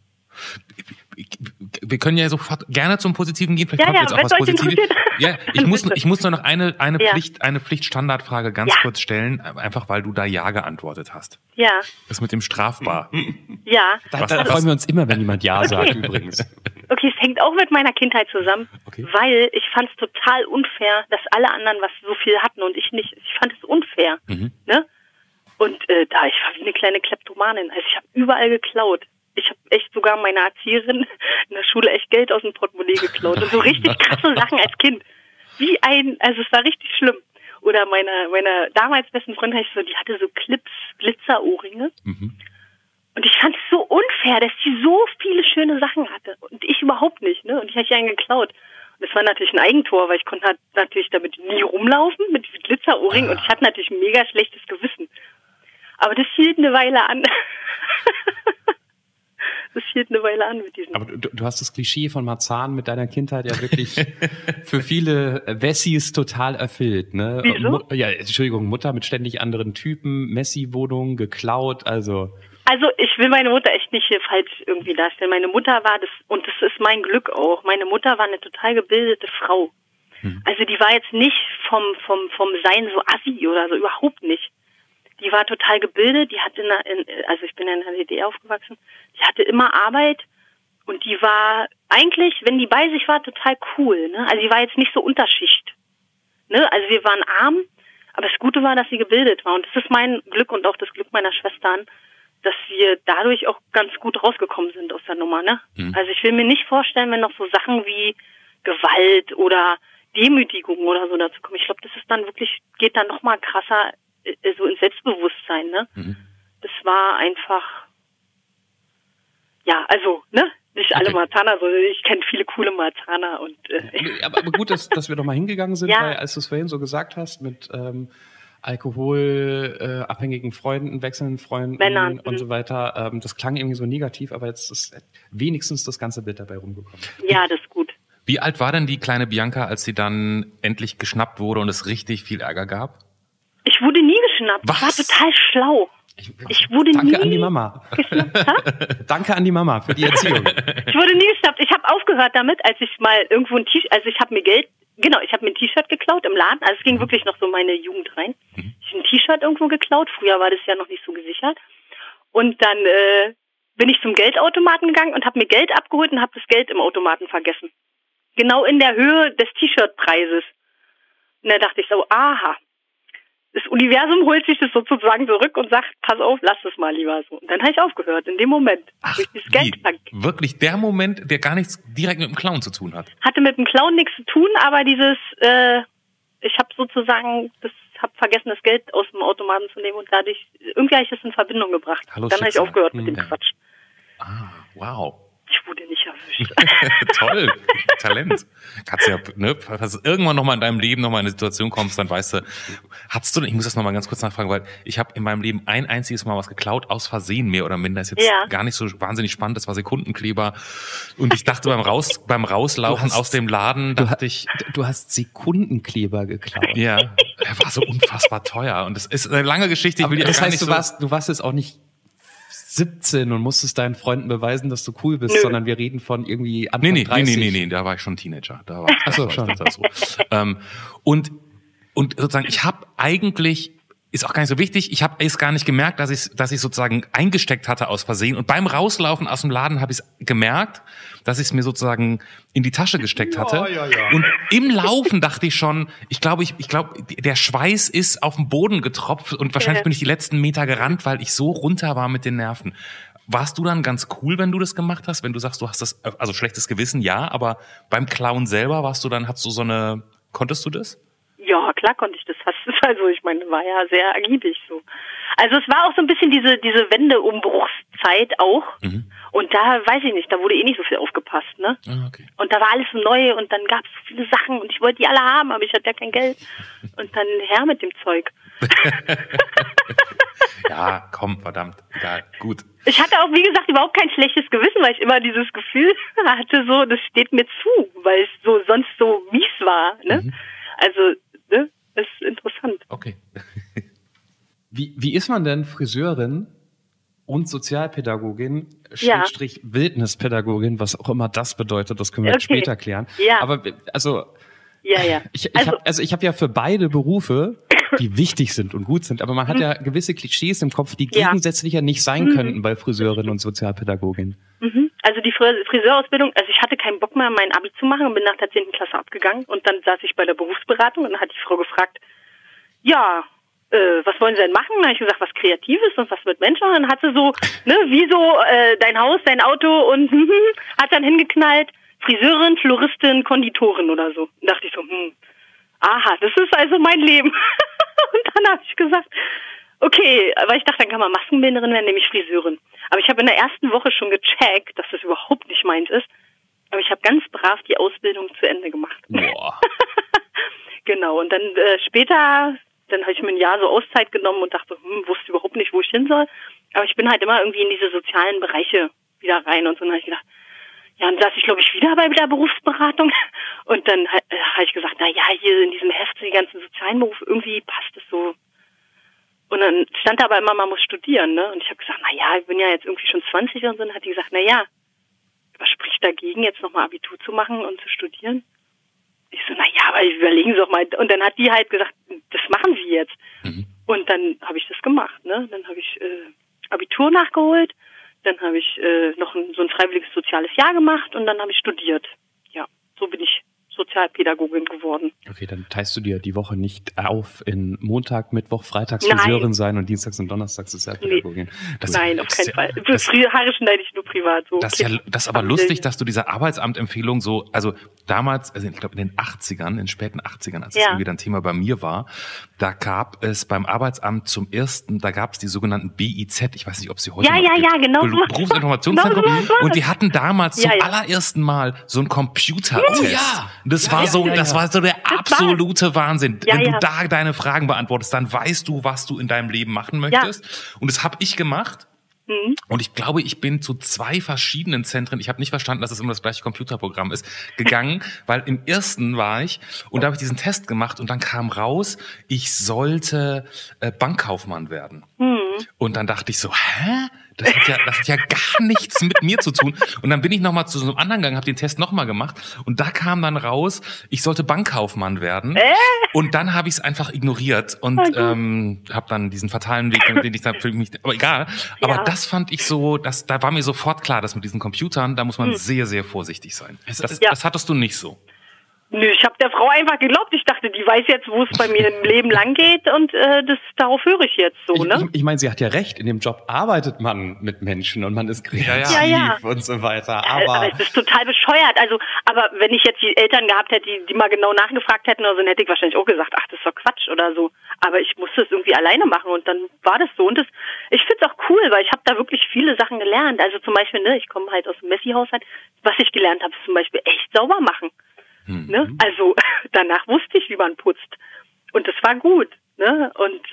A: Wir können ja sofort gerne zum Positiven gehen. Vielleicht kommt jetzt auch was Positives. Ja, ich muss nur noch eine Pflichtstandardfrage ganz kurz stellen, einfach weil du da Ja geantwortet hast.
D: Ja.
A: Das mit dem strafbar.
D: Ja.
B: Da freuen wir uns immer, wenn jemand Ja sagt übrigens.
D: Okay, es hängt auch mit meiner Kindheit zusammen, weil ich fand es total unfair, dass alle anderen was so viel hatten und ich nicht. Ich fand es unfair. Mhm. Ne? Und ich war wie eine kleine Kleptomanin. Also ich habe überall geklaut. Ich habe echt sogar meiner Erzieherin in der Schule echt Geld aus dem Portemonnaie geklaut. Und so richtig krasse Sachen als Kind. Also es war richtig schlimm. Oder meine damals besten Freundin, die hatte so Glitzerohrringe. Mhm. Und ich fand es so unfair, dass sie so viele schöne Sachen hatte. Und ich überhaupt nicht, ne? Und ich habe einen geklaut. Und das war natürlich ein Eigentor, weil ich konnte halt natürlich damit nie rumlaufen, mit diesen Glitzerohrringen. Und ich hatte natürlich ein mega schlechtes Gewissen. Aber das hielt eine Weile an. Das hielt eine Weile an mit diesen.
B: Aber du hast das Klischee von Marzahn mit deiner Kindheit ja wirklich für viele Wessis total erfüllt, ne?
D: Wieso?
B: Mutter mit ständig anderen Typen, Messi-Wohnung, geklaut, Also
D: ich will meine Mutter echt nicht hier falsch irgendwie darstellen. Meine Mutter war das, und das ist mein Glück auch, meine Mutter war eine total gebildete Frau. Also die war jetzt nicht vom Sein so assi oder so, überhaupt nicht. Die war total gebildet, die hatte also ich bin in der DDR aufgewachsen, die hatte immer Arbeit Und die war eigentlich, wenn die bei sich war, total cool. Ne? Also die war jetzt nicht so Unterschicht. Ne? Also wir waren arm, aber das Gute war, dass sie gebildet war. Und das ist mein Glück und auch das Glück meiner Schwestern, dass wir dadurch auch ganz gut rausgekommen sind aus der Nummer. Ne? Also ich will mir nicht vorstellen, wenn noch so Sachen wie Gewalt oder Demütigung oder so dazu kommen. Ich glaube, das ist dann wirklich, geht dann noch mal krasser so ins Selbstbewusstsein. Ne? Das war einfach, ja, also, ne? Nicht alle Marzaner, sondern ich kenne viele coole Marzaner. Und,
B: aber gut, dass wir doch mal hingegangen sind, weil als du es vorhin so gesagt hast, mit alkoholabhängigen Freunden, wechselnden Freunden
D: Männern,
B: und so weiter, das klang irgendwie so negativ, aber jetzt ist wenigstens das ganze Bild dabei rumgekommen.
D: Ja, das ist gut.
A: Wie alt war denn die kleine Bianca, als sie dann endlich geschnappt wurde und es richtig viel Ärger gab?
D: Ich wurde nie geschnappt.
A: Was?
D: Ich war total schlau. Ich wurde
B: Danke
D: nie
B: an die Mama.
D: geschnappt.
B: Danke an die Mama für die Erziehung.
D: Ich wurde nie geschnappt. Ich habe aufgehört damit, als ich mal irgendwo ein T-Shirt, also ich habe mir ein T-Shirt geklaut im Laden. Also es ging wirklich noch so meine Jugend rein. Ich habe ein T-Shirt irgendwo geklaut. Früher war das ja noch nicht so gesichert. Und dann bin ich zum Geldautomaten gegangen und habe mir Geld abgeholt und habe das Geld im Automaten vergessen. Genau in der Höhe des T-Shirt-Preises. Und da dachte ich so, aha. Das Universum holt sich das sozusagen zurück und sagt, pass auf, lass es mal lieber so. Und dann habe ich aufgehört, in dem Moment.
A: Ach, wirklich der Moment, der gar nichts direkt mit dem Clown zu tun hat?
D: Hatte mit dem Clown nichts zu tun, aber dieses, ich habe sozusagen, vergessen, das Geld aus dem Automaten zu nehmen und dadurch, irgendwie habe ich das in Verbindung gebracht.
A: Hallo,
D: dann habe ich aufgehört mit dem
A: Ja.
D: Quatsch.
A: Ah, wow.
D: Ich wurde nicht erwischt.
A: Toll, Talent. Kannst ja, ne, falls du irgendwann nochmal in deinem Leben nochmal in eine Situation kommst, dann weißt du, ich muss das nochmal ganz kurz nachfragen, weil ich habe in meinem Leben ein einziges Mal was geklaut, aus Versehen mehr oder minder, ist jetzt gar nicht so wahnsinnig spannend, das war Sekundenkleber und ich dachte beim Rauslaufen aus dem Laden,
B: Du hast Sekundenkleber geklaut.
A: ja, er war so unfassbar teuer und es ist eine lange Geschichte.
B: Aber das heißt, du warst jetzt auch nicht 17 und musstest deinen Freunden beweisen, dass du cool bist, sondern wir reden von irgendwie Anfang 30.
A: Nee, da war ich schon Teenager. Da war
B: schon.
A: so. Und sozusagen, ich habe eigentlich, ist auch gar nicht so wichtig, ich habe es gar nicht gemerkt, dass ich sozusagen eingesteckt hatte aus Versehen. Und beim Rauslaufen aus dem Laden habe ich es gemerkt, dass ich es mir sozusagen in die Tasche gesteckt hatte.
B: Ja.
A: Und im Laufen dachte ich schon, ich glaube, der Schweiß ist auf den Boden getropft und wahrscheinlich bin ich die letzten Meter gerannt, weil ich so runter war mit den Nerven. Warst du dann ganz cool, wenn du das gemacht hast? Wenn du sagst, du hast das, also schlechtes Gewissen, ja, aber beim Klauen selber konntest du das?
D: Ja, klar konnte ich das. Also ich meine, war ja sehr agibig so. Also es war auch so ein bisschen diese Wendeumbruchszeit auch. Und da, weiß ich nicht, da wurde nicht so viel aufgepasst, ne?
A: Ah, okay.
D: Und da war alles neu und dann gab es so viele Sachen und ich wollte die alle haben, aber ich hatte ja kein Geld. Und dann her mit dem Zeug.
A: Ja, komm, verdammt, egal, gut.
D: Ich hatte auch, wie gesagt, überhaupt kein schlechtes Gewissen, weil ich immer dieses Gefühl hatte, so, das steht mir zu, weil es so sonst so mies war, ne? Also, ne, das ist interessant.
A: Okay.
B: Wie ist man denn Friseurin und Sozialpädagogin, Schrägstrich Wildnispädagogin, was auch immer das bedeutet, das können wir jetzt später klären.
D: Ja.
B: Aber also
D: Ja.
B: ich habe ja für beide Berufe, die wichtig sind und gut sind, aber man hat ja gewisse Klischees im Kopf, die gegensätzlicher nicht sein könnten bei Friseurin und Sozialpädagogin.
D: Also die Friseurausbildung, also ich hatte keinen Bock mehr, mein Abi zu machen und bin nach der 10. Klasse abgegangen und dann saß ich bei der Berufsberatung und dann hat die Frau gefragt, ja, was wollen Sie denn machen? Dann habe ich gesagt, was Kreatives und was mit Menschen. Und dann hat sie so, ne, wie so dein Haus, dein Auto und hat dann hingeknallt, Friseurin, Floristin, Konditorin oder so. Und dachte ich so, aha, das ist also mein Leben. Und dann habe ich gesagt, okay, weil ich dachte, dann kann man Maskenbildnerin werden, nämlich Friseurin. Aber ich habe in der ersten Woche schon gecheckt, dass das überhaupt nicht meins ist. Aber ich habe ganz brav die Ausbildung zu Ende gemacht.
A: Boah.
D: Genau, und dann später, dann habe ich mir ein Jahr so Auszeit genommen und dachte, wusste überhaupt nicht, wo ich hin soll. Aber ich bin halt immer irgendwie in diese sozialen Bereiche wieder rein und so. Und dann habe ich gedacht, ja, und saß ich, glaube ich, wieder bei der Berufsberatung. Und dann habe ich gesagt, na ja, hier in diesem Heft, die ganzen sozialen Berufe, irgendwie passt es so. Und dann stand da aber immer, man muss studieren, ne? Und ich habe gesagt, na ja, ich bin ja jetzt irgendwie schon 20 und so. Und dann hat die gesagt, na ja, was spricht dagegen, jetzt nochmal Abitur zu machen und zu studieren? Ich so, na ja, aber überlegen Sie doch mal. Und dann hat die halt gesagt, das machen Sie jetzt. Und dann habe ich das gemacht, ne? Dann habe ich Abitur nachgeholt. Dann habe ich noch so ein freiwilliges soziales Jahr gemacht und dann habe ich studiert. Ja, so bin ich Sozialpädagogin geworden.
B: Okay, dann teilst du dir die Woche nicht auf in Montag, Mittwoch, Freitags Friseurin sein und Dienstags und Donnerstags Sozialpädagogin.
D: Nein, auf keinen Fall. Haare schneide ich nur privat. So.
A: Das ist aber lustig, dass du diese Arbeitsamtempfehlung so, also damals, also ich glaube in den 80ern, in den späten 80ern, als das irgendwie dann Thema bei mir war, da gab es beim Arbeitsamt da gab es die sogenannten BIZ, ich weiß nicht, ob sie heute noch gibt.
D: Genau.
A: Berufsinformationszentrum. Und die hatten damals zum allerersten Mal so einen Computertest.
B: Oh, ja.
A: Das war so der absolute Wahnsinn. Wenn du da deine Fragen beantwortest, dann weißt du, was du in deinem Leben machen möchtest. Ja. Und das habe ich gemacht. Und ich glaube, ich bin zu 2 verschiedenen Zentren, ich habe nicht verstanden, dass es immer das gleiche Computerprogramm ist, gegangen, weil im ersten war ich und da habe ich diesen Test gemacht und dann kam raus, ich sollte Bankkaufmann werden. Und dann dachte ich so, das hat ja gar nichts mit mir zu tun. Und dann bin ich nochmal zu so einem anderen gegangen, habe den Test nochmal gemacht und da kam dann raus, ich sollte Bankkaufmann werden. Und dann habe ich es einfach ignoriert und habe dann diesen fatalen Weg, den ich dann für mich, aber egal. Aber das fand ich so, da war mir sofort klar, dass mit diesen Computern, da muss man sehr, sehr vorsichtig sein. Das hattest du nicht so.
D: Nö, ich habe der Frau einfach geglaubt. Ich dachte, die weiß jetzt, wo es bei mir im Leben lang geht und darauf höre ich jetzt so, ne?
B: Ich meine, sie hat ja recht. In dem Job arbeitet man mit Menschen und man ist kreativ und so weiter. Aber
D: es ist total bescheuert. Also, aber wenn ich jetzt die Eltern gehabt hätte, die mal genau nachgefragt hätten oder so, dann hätte ich wahrscheinlich auch gesagt, ach, das ist doch Quatsch oder so. Aber ich musste es irgendwie alleine machen und dann war das so. Und ich finde es auch cool, weil ich habe da wirklich viele Sachen gelernt. Also zum Beispiel, ne, ich komme halt aus dem Messi-Haushalt. Was ich gelernt habe, ist zum Beispiel echt sauber machen. Ne? Also danach wusste ich, wie man putzt. Und das war gut. Ne? Und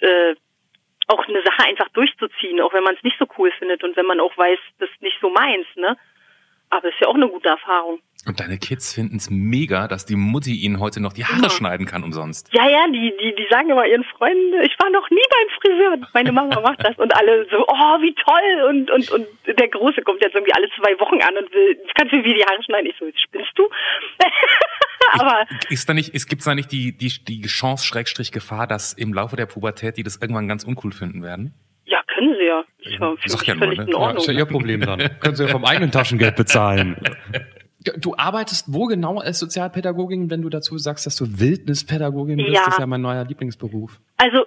D: auch eine Sache einfach durchzuziehen, auch wenn man es nicht so cool findet und wenn man auch weiß, das ist nicht so meins. Ne? Aber das ist ja auch eine gute Erfahrung.
A: Und deine Kids finden es mega, dass die Mutti ihnen heute noch die Haare schneiden kann umsonst.
D: Ja, die sagen immer ihren Freunden, ich war noch nie beim Friseur. Meine Mama macht das. Und alle so, oh, wie toll. Und der Große kommt jetzt irgendwie alle 2 Wochen an und will, kannst du mir die Haare schneiden? Ich so, jetzt spinnst du? Aber
A: gibt's da nicht die Chance, / Gefahr, dass im Laufe der Pubertät die das irgendwann ganz uncool finden werden?
D: Ja, können sie ja.
A: Sag ja nur, ne?
D: In Ordnung.
B: ist ja ihr Problem dann. Können sie ja vom eigenen Taschengeld bezahlen. Du arbeitest wo genau als Sozialpädagogin, wenn du dazu sagst, dass du Wildnispädagogin bist?
D: Ja.
B: Das ist ja mein neuer Lieblingsberuf.
D: Also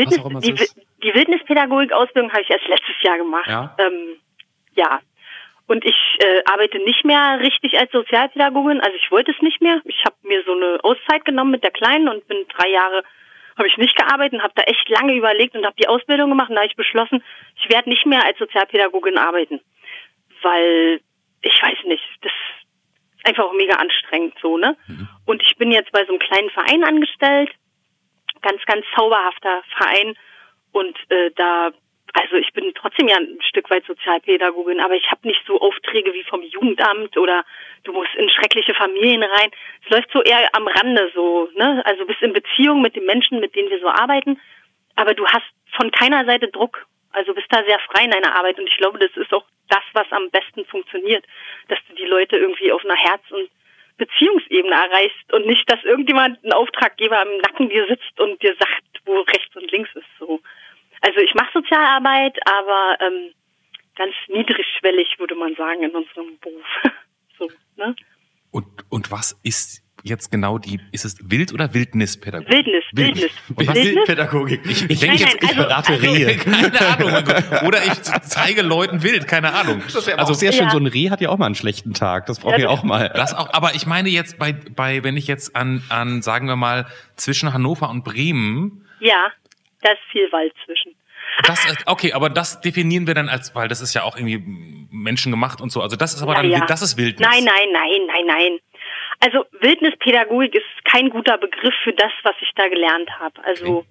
D: die Wildnispädagogik-Ausbildung habe ich erst letztes Jahr gemacht.
B: Ja.
D: Und ich arbeite nicht mehr richtig als Sozialpädagogin. Also ich wollte es nicht mehr. Ich habe mir so eine Auszeit genommen mit der Kleinen und bin 3 Jahre, habe ich nicht gearbeitet und habe da echt lange überlegt und habe die Ausbildung gemacht. Und da habe ich beschlossen, ich werde nicht mehr als Sozialpädagogin arbeiten. Weil, ich weiß nicht, das ist einfach auch mega anstrengend so, ne? Und ich bin jetzt bei so einem kleinen Verein angestellt. Ganz, ganz zauberhafter Verein. Und also ich bin trotzdem ja ein Stück weit Sozialpädagogin, aber ich habe nicht so Aufträge wie vom Jugendamt oder du musst in schreckliche Familien rein. Es läuft so eher am Rande so, ne? Also bist in Beziehung mit den Menschen, mit denen wir so arbeiten, aber du hast von keiner Seite Druck. Also bist da sehr frei in deiner Arbeit und ich glaube, das ist auch das, was am besten funktioniert, dass du die Leute irgendwie auf einer Herz- und Beziehungsebene erreichst und nicht, dass irgendjemand, ein Auftraggeber im Nacken dir sitzt und dir sagt, wo rechts und links ist so. Also ich mache Sozialarbeit, aber ganz niedrigschwellig, würde man sagen, in unserem Beruf. So, ne?
A: Und was ist jetzt genau ist es Wild- oder Wildnispädagogik?
D: Wildnis.
A: Und was
B: Wildpädagogik. Ich denke jetzt, ich berate Rehe.
A: Keine Ahnung. Oder ich zeige Leuten Wild, keine Ahnung.
B: Also sehr schön, so ein Reh hat ja auch mal einen schlechten Tag. Das brauchen wir auch mal.
A: Das auch, aber ich meine jetzt wenn ich jetzt an, sagen wir mal, zwischen Hannover und Bremen.
D: Ja, da ist viel Wald zwischen.
A: Okay, aber das definieren wir dann weil das ist ja auch irgendwie menschengemacht und so. Also das ist aber das ist Wildnis.
D: Nein. Also Wildnispädagogik ist kein guter Begriff für das, was ich da gelernt habe. Also,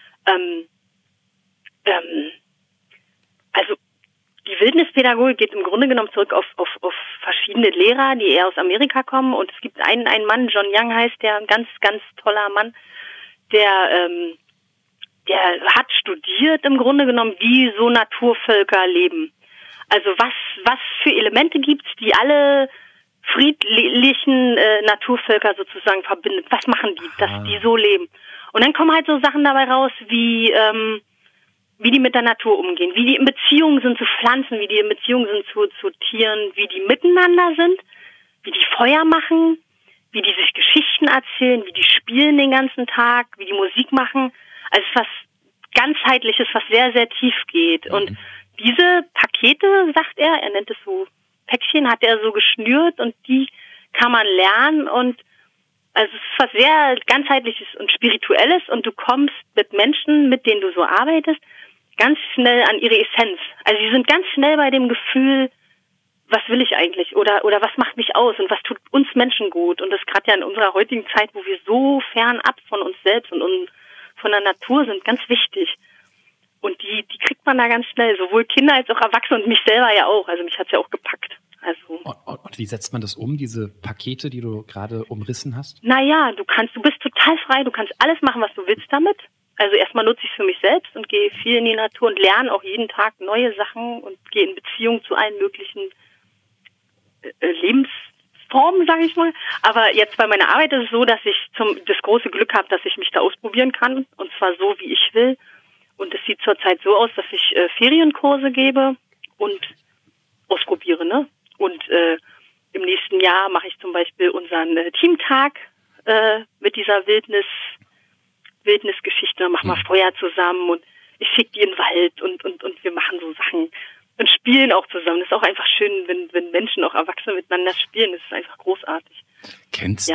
D: also die Wildnispädagogik geht im Grunde genommen zurück auf verschiedene Lehrer, die eher aus Amerika kommen. Und es gibt einen Mann, John Young heißt der, ein ganz, ganz toller Mann, der hat studiert im Grunde genommen, wie so Naturvölker leben. Also was für Elemente gibt's, die alle friedlichen Naturvölker sozusagen verbindet. Was machen die, dass die so leben? Und dann kommen halt so Sachen dabei raus wie wie die mit der Natur umgehen, wie die in Beziehungen sind zu Pflanzen, wie die in Beziehungen sind zu Tieren, wie die miteinander sind, wie die Feuer machen, wie die sich Geschichten erzählen, wie die spielen den ganzen Tag, wie die Musik machen. Also es ist was Ganzheitliches, was sehr, sehr tief geht. Und diese Pakete, sagt er nennt es so Päckchen, hat er so geschnürt und die kann man lernen und also es ist was sehr Ganzheitliches und Spirituelles und du kommst mit Menschen, mit denen du so arbeitest, ganz schnell an ihre Essenz. Also sie sind ganz schnell bei dem Gefühl, was will ich eigentlich oder was macht mich aus und was tut uns Menschen gut. Und das gerade ja in unserer heutigen Zeit, wo wir so fernab von uns selbst und von der Natur sind, ganz wichtig. Und die kriegt man da ganz schnell, sowohl Kinder als auch Erwachsene und mich selber ja auch. Also mich hat's ja auch gepackt. Also.
B: Und wie setzt man das um, diese Pakete, die du gerade umrissen hast?
D: Naja, du bist total frei, du kannst alles machen, was du willst damit. Also erstmal nutze ich es für mich selbst und gehe viel in die Natur und lerne auch jeden Tag neue Sachen und gehe in Beziehung zu allen möglichen Lebensformen, sage ich mal. Aber jetzt bei meiner Arbeit ist es so, dass ich das große Glück habe, dass ich mich da ausprobieren kann und zwar so, wie ich will. Und es sieht zurzeit so aus, dass ich Ferienkurse gebe und ausprobiere, ne? Und im nächsten Jahr mache ich zum Beispiel unseren Teamtag mit dieser Wildnisgeschichte. Da machen wir Feuer zusammen und ich schicke die in den Wald und wir machen so Sachen und spielen auch zusammen. Das ist auch einfach schön, wenn Menschen, auch Erwachsene miteinander spielen. Das ist einfach großartig.
A: Kennst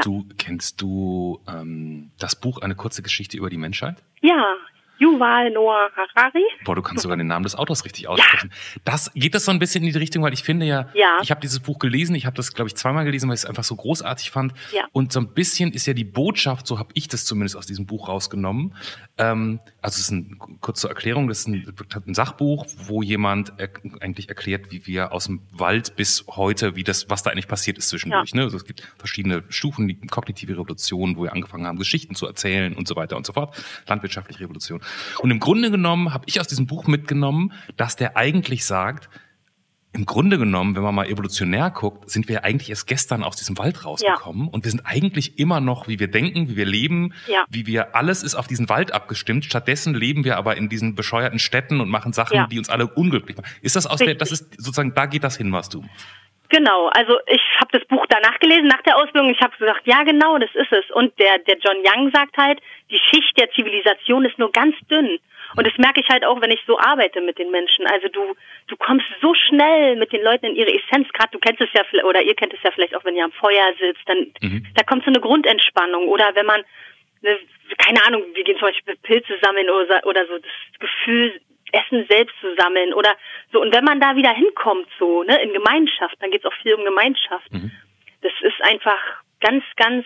A: du das Buch Eine kurze Geschichte über die Menschheit?
D: Ja. Yuval Noah Harari.
A: Boah, du kannst sogar den Namen des Autors richtig aussprechen. Ja. Geht das so ein bisschen in die Richtung, weil ich finde ich habe dieses Buch gelesen, ich habe das, glaube ich, zweimal gelesen, weil ich es einfach so großartig fand. Ja. Und so ein bisschen ist ja die Botschaft, so habe ich das zumindest aus diesem Buch rausgenommen. Also es ist kurz zur Erklärung, das ist ein Sachbuch, wo jemand eigentlich erklärt, wie wir aus dem Wald bis heute, was da eigentlich passiert ist zwischendurch. Ja. Ne? Also es gibt verschiedene Stufen, die kognitive Revolution, wo wir angefangen haben, Geschichten zu erzählen und so weiter und so fort. Landwirtschaftliche Revolution. Und im Grunde genommen habe ich aus diesem Buch mitgenommen, dass der eigentlich sagt, im Grunde genommen, wenn man mal evolutionär guckt, sind wir eigentlich erst gestern aus diesem Wald rausgekommen und wir sind eigentlich immer noch, wie wir denken, wie wir leben, alles ist auf diesen Wald abgestimmt. Stattdessen leben wir aber in diesen bescheuerten Städten und machen Sachen, die uns alle unglücklich machen. Ist das das ist sozusagen, da geht das hin, was du machst?
D: Genau, also ich habe das Buch danach gelesen, nach der Ausbildung. Ich habe gesagt, ja genau, das ist es. Und der John Young sagt halt, die Schicht der Zivilisation ist nur ganz dünn. Und das merke ich halt auch, wenn ich so arbeite mit den Menschen. Also du kommst so schnell mit den Leuten in ihre Essenz. Gerade du kennst es ja, oder ihr kennt es ja vielleicht auch, wenn ihr am Feuer sitzt, dann da kommt so eine Grundentspannung. Oder wenn man, keine Ahnung, wir gehen zum Beispiel Pilze sammeln oder so, das Gefühl, Essen selbst zu sammeln oder so. Und wenn man da wieder hinkommt, so, ne, in Gemeinschaft, dann geht es auch viel um Gemeinschaft. Das ist einfach ganz, ganz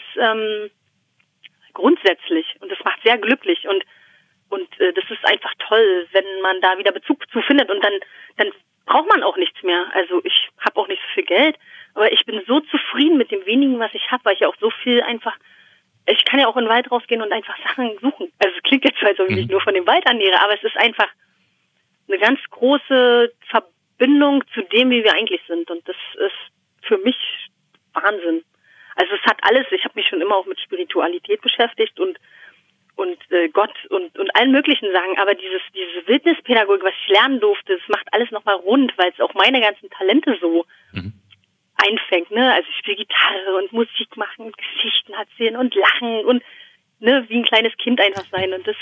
D: grundsätzlich und das macht sehr glücklich und das ist einfach toll, wenn man da wieder Bezug zu findet und dann braucht man auch nichts mehr. Also ich habe auch nicht so viel Geld, aber ich bin so zufrieden mit dem wenigen, was ich habe, weil ich ja auch so viel einfach, ich kann ja auch in den Wald rausgehen und einfach Sachen suchen. Also es klingt jetzt so, als ob ich mich nur von dem Wald ernähre, aber es ist einfach eine ganz große Verbindung zu dem, wie wir eigentlich sind. Und das ist für mich Wahnsinn. Also es hat alles, ich habe mich schon immer auch mit Spiritualität beschäftigt und Gott und allen möglichen Sachen, aber diese Wildnispädagogik, was ich lernen durfte, das macht alles nochmal rund, weil es auch meine ganzen Talente so einfängt, ne? Also ich spiele Gitarre und Musik machen und Geschichten erzählen und lachen und ne, wie ein kleines Kind einfach sein und das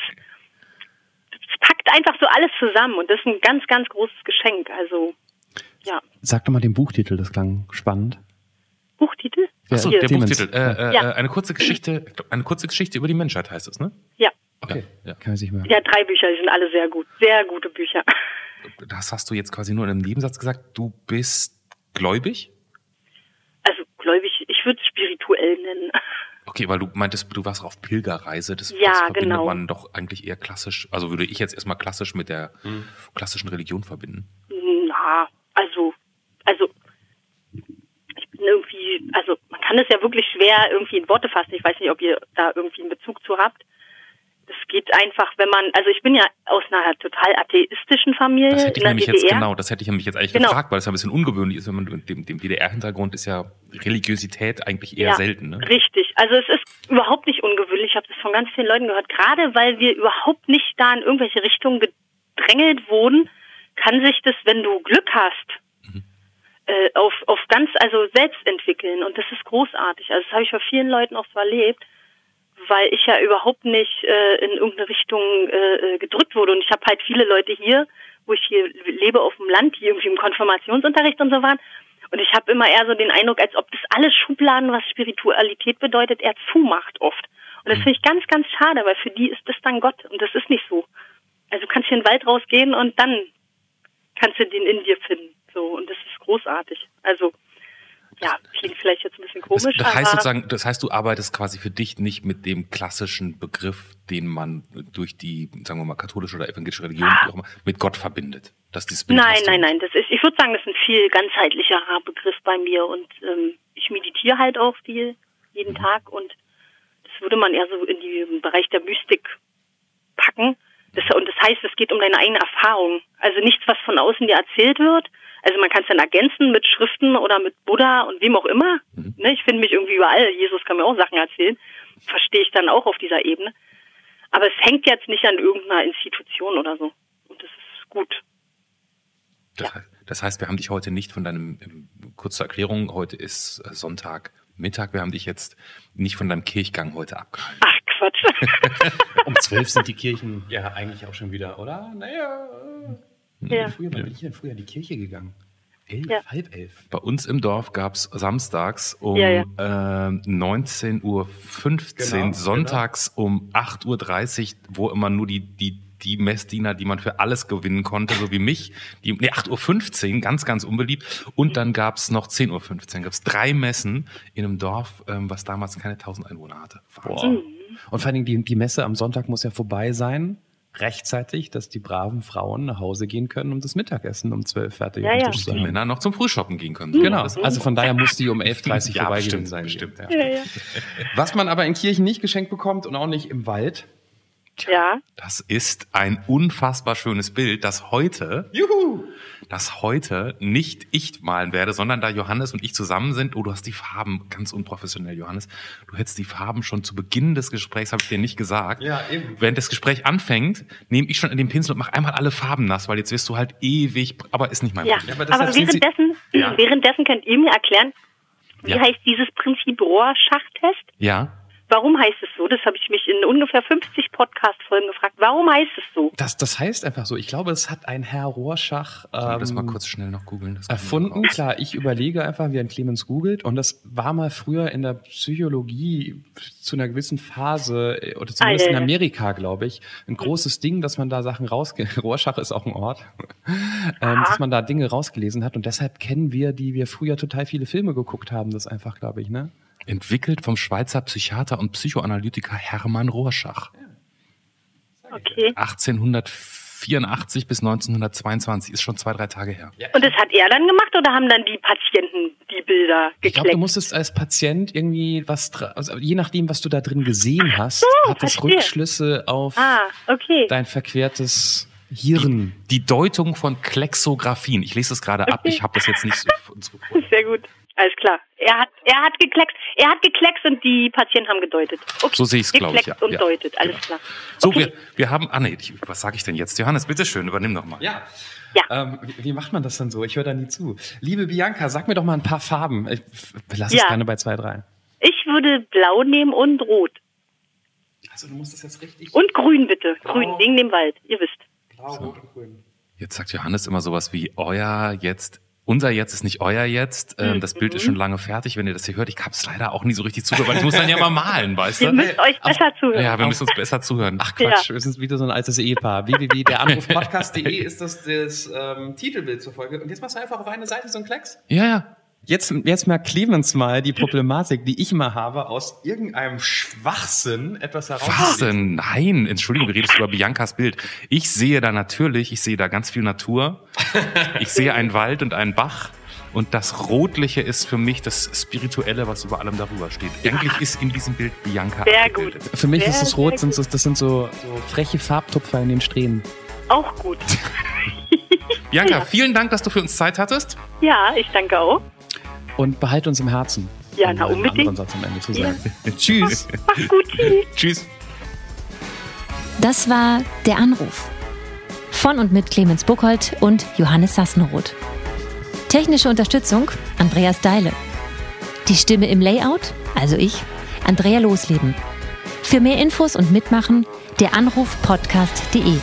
D: packt einfach so alles zusammen und das ist ein ganz, ganz großes Geschenk. Also, ja.
B: Sag doch mal den Buchtitel, das klang spannend.
D: Buchtitel?
A: Achso, der Buchtitel. Eine kurze Geschichte über die Menschheit heißt es, ne?
D: Ja.
B: Okay, kann man sich mal.
D: Ja, 3 Bücher, die sind alle sehr gut. Sehr gute Bücher.
A: Das hast du jetzt quasi nur in einem Nebensatz gesagt. Du bist gläubig?
D: Also gläubig, ich würde es spirituell nennen.
A: Okay, weil du meintest, du warst auf Pilgerreise, das verbindet man doch eigentlich eher klassisch, also würde ich jetzt erstmal klassisch mit der klassischen Religion verbinden.
D: Na, also ich bin irgendwie, also man kann es ja wirklich schwer irgendwie in Worte fassen, ich weiß nicht, ob ihr da irgendwie einen Bezug zu habt. Das geht einfach, wenn man, also ich bin ja aus einer total atheistischen Familie.
A: Das hätte ich nämlich jetzt jetzt eigentlich gefragt, weil es ja ein bisschen ungewöhnlich ist, wenn man mit dem DDR-Hintergrund ist ja Religiosität eigentlich eher selten. Ne?
D: Richtig, also es ist überhaupt nicht ungewöhnlich, ich habe das von ganz vielen Leuten gehört, gerade weil wir überhaupt nicht da in irgendwelche Richtungen gedrängelt wurden, kann sich das, wenn du Glück hast, auf ganz, also selbst entwickeln. Und das ist großartig. Also das habe ich bei vielen Leuten auch so erlebt, weil ich ja überhaupt nicht in irgendeine Richtung gedrückt wurde. Und ich habe halt viele Leute hier, wo ich hier lebe auf dem Land, die irgendwie im Konfirmationsunterricht und so waren. Und ich habe immer eher so den Eindruck, als ob das alle Schubladen, was Spiritualität bedeutet, eher zumacht oft. Und das finde ich ganz, ganz schade, weil für die ist das dann Gott. Und das ist nicht so. Also du kannst hier in den Wald rausgehen und dann kannst du den in dir finden. So, und das ist großartig. Also, ja, klingt vielleicht jetzt ein bisschen komisch.
A: Das heißt sozusagen, das heißt, du arbeitest quasi für dich nicht mit dem klassischen Begriff, den man durch die, sagen wir mal, katholische oder evangelische Religion wie auch immer, mit Gott verbindet. Dass dieses Bild
D: Nein. Das ist, ich würde sagen, das ist ein viel ganzheitlicherer Begriff bei mir. Und ich meditiere halt auch viel, jeden Tag. Und das würde man eher so in den Bereich der Mystik packen. Und das heißt, es geht um deine eigene Erfahrung. Also nichts, was von außen dir erzählt wird. Also man kann es dann ergänzen mit Schriften oder mit Buddha und wem auch immer. Ne, ich finde mich irgendwie überall. Jesus kann mir auch Sachen erzählen. Verstehe ich dann auch auf dieser Ebene. Aber es hängt jetzt nicht an irgendeiner Institution oder so. Und das ist gut.
A: Das heißt, wir haben dich heute nicht von deinem, kurze Erklärung, heute ist Sonntagmittag, wir haben dich jetzt nicht von deinem Kirchgang heute abgehalten.
D: Ach, Quatsch.
B: Um 12 sind die Kirchen ja eigentlich auch schon wieder, oder? Naja.
D: Ja.
B: Wann bin ich denn früher in die Kirche gegangen? 11, halb 11.
A: Bei uns im Dorf gab's samstags um 19.15 Uhr, sonntags um 8.30 Uhr, wo immer nur die Messdiener, die man für alles gewinnen konnte, so wie mich, 8.15 Uhr, ganz, ganz unbeliebt. Und dann gab's noch 10.15 Uhr, gab's 3 Messen in einem Dorf, was damals keine 1000 Einwohner hatte.
B: Boah. Und vor allen Dingen die Messe am Sonntag muss ja vorbei sein, rechtzeitig, dass die braven Frauen nach Hause gehen können, um das Mittagessen um 12 fertig auf dem Tisch zu
A: Die
B: haben.
A: Männer noch zum Frühshoppen gehen können.
B: Genau, also von daher muss die um 11.30 Uhr vorbei gewesen sein.
A: Bestimmt.
D: Ja.
B: Was man aber in Kirchen nicht geschenkt bekommt und auch nicht im Wald.
D: Ja.
A: Das ist ein unfassbar schönes Bild, das heute nicht ich malen werde, sondern da Johannes und ich zusammen sind. Oh, du hast die Farben, ganz unprofessionell, Johannes. Du hättest die Farben schon zu Beginn des Gesprächs, habe ich dir nicht gesagt.
B: Ja, eben.
A: Während das Gespräch anfängt, nehme ich schon in den Pinsel und mache einmal alle Farben nass, weil jetzt wirst du halt ewig, aber ist nicht mein Problem.
B: Aber
D: Aber währenddessen könnt ihr mir erklären, wie
A: Ja.
D: heißt dieses Prinzip Rorschach-Test?
A: Ja,
D: Warum heißt es so? Das habe ich mich in ungefähr 50 Podcast-Folgen gefragt. Warum heißt es so?
B: Das heißt einfach so. Ich glaube, es hat ein Herr Rorschach
A: sollen wir das mal kurz schnell noch googeln? Das kommt
B: erfunden.
A: raus.
B: Klar, ich überlege einfach, wie ein Clemens googelt. Und das war mal früher in der Psychologie zu einer gewissen Phase, oder zumindest in Amerika, glaube ich, ein großes Ding, dass man da Sachen Rorschach ist auch ein Ort, dass man da Dinge rausgelesen hat. Und deshalb kennen wir, die wir früher total viele Filme geguckt haben, das einfach, glaube ich, ne?
A: Entwickelt vom Schweizer Psychiater und Psychoanalytiker Hermann Rorschach.
D: Okay.
A: 1884 bis 1922, ist schon 2-3 Tage her.
D: Und das hat er dann gemacht oder haben dann die Patienten die Bilder
B: Ich glaube,
D: gekleckt?
B: du musstest als Patient irgendwie also je nachdem, was du da drin gesehen hast, hat das
D: verstehe.
B: Rückschlüsse auf
D: Okay.
B: dein verquertes Hirn.
A: Die Deutung von Klexographien. Ich lese das gerade ab, ich habe das jetzt nicht so
D: Sehr gut. Alles klar. Er hat gekleckst und die Patienten haben gedeutet. Okay.
A: So sehe ich's, glaub ich,
D: Gekleckst
A: ja.
D: und
A: Ja.
D: deutet. Alles klar.
A: So,
D: Okay.
A: wir haben, was sage ich denn jetzt? Johannes, bitteschön, übernimm doch mal.
B: Ja.
D: Ja.
B: Wie macht man das denn so? Ich höre da nie zu. Liebe Bianca, sag mir doch mal ein paar Farben. Ich lass es
D: Ja.
B: gerne bei 2, 3.
D: Ich würde blau nehmen und rot.
B: Also du musst das jetzt richtig...
D: Und grün bitte. Grün, wegen dem Wald. Ihr wisst.
B: Blau, rot und grün.
A: Jetzt sagt Johannes immer sowas wie unser Jetzt ist nicht euer Jetzt. Das Bild ist schon lange fertig. Wenn ihr das hier hört, ich hab's leider auch nie so richtig zugehört, weil ich muss dann ja mal malen, weißt
D: Ihr
A: du?
D: müsst euch besser zuhören.
A: Ja, wir müssen uns besser zuhören.
B: Ach Quatsch, wir sind wieder so ein altes Ehepaar. www.deranrufpodcast.de ist das Titelbild zur Folge. Und jetzt machst du einfach auf eine Seite so einen Klecks.
A: Ja.
B: Jetzt merkt Clemens mal die Problematik, die ich immer habe, aus irgendeinem Schwachsinn etwas
A: Was
B: herauszulesen.
A: denn? Nein, Entschuldigung, du redest über Biancas Bild. Ich sehe da ganz viel Natur. Ich sehe einen Wald und einen Bach. Und das Rotliche ist für mich das Spirituelle, was über allem darüber steht. Eigentlich ist in diesem Bild Bianca
D: Sehr gut.
A: abgebildet.
B: Für mich
D: Sehr,
B: ist das Rot,
D: sehr
B: das sind so freche Farbtupfer in den Strähnen.
D: Auch gut.
A: Bianca, vielen Dank, dass du für uns Zeit hattest.
D: Ja, ich danke auch.
B: Und behalt uns im Herzen.
D: Ja,
B: um
D: na,
B: einen
D: unbedingt.
B: anderen Satz am Ende zu sagen. Tschüss.
D: Mach's gut. Tschüss.
A: Tschüss.
C: Das war Der Anruf. Von und mit Clemens Buchholz und Johannes Sassenroth. Technische Unterstützung Andreas Deile. Die Stimme im Layout, also ich, Andrea Losleben. Für mehr Infos und Mitmachen deranrufpodcast.de.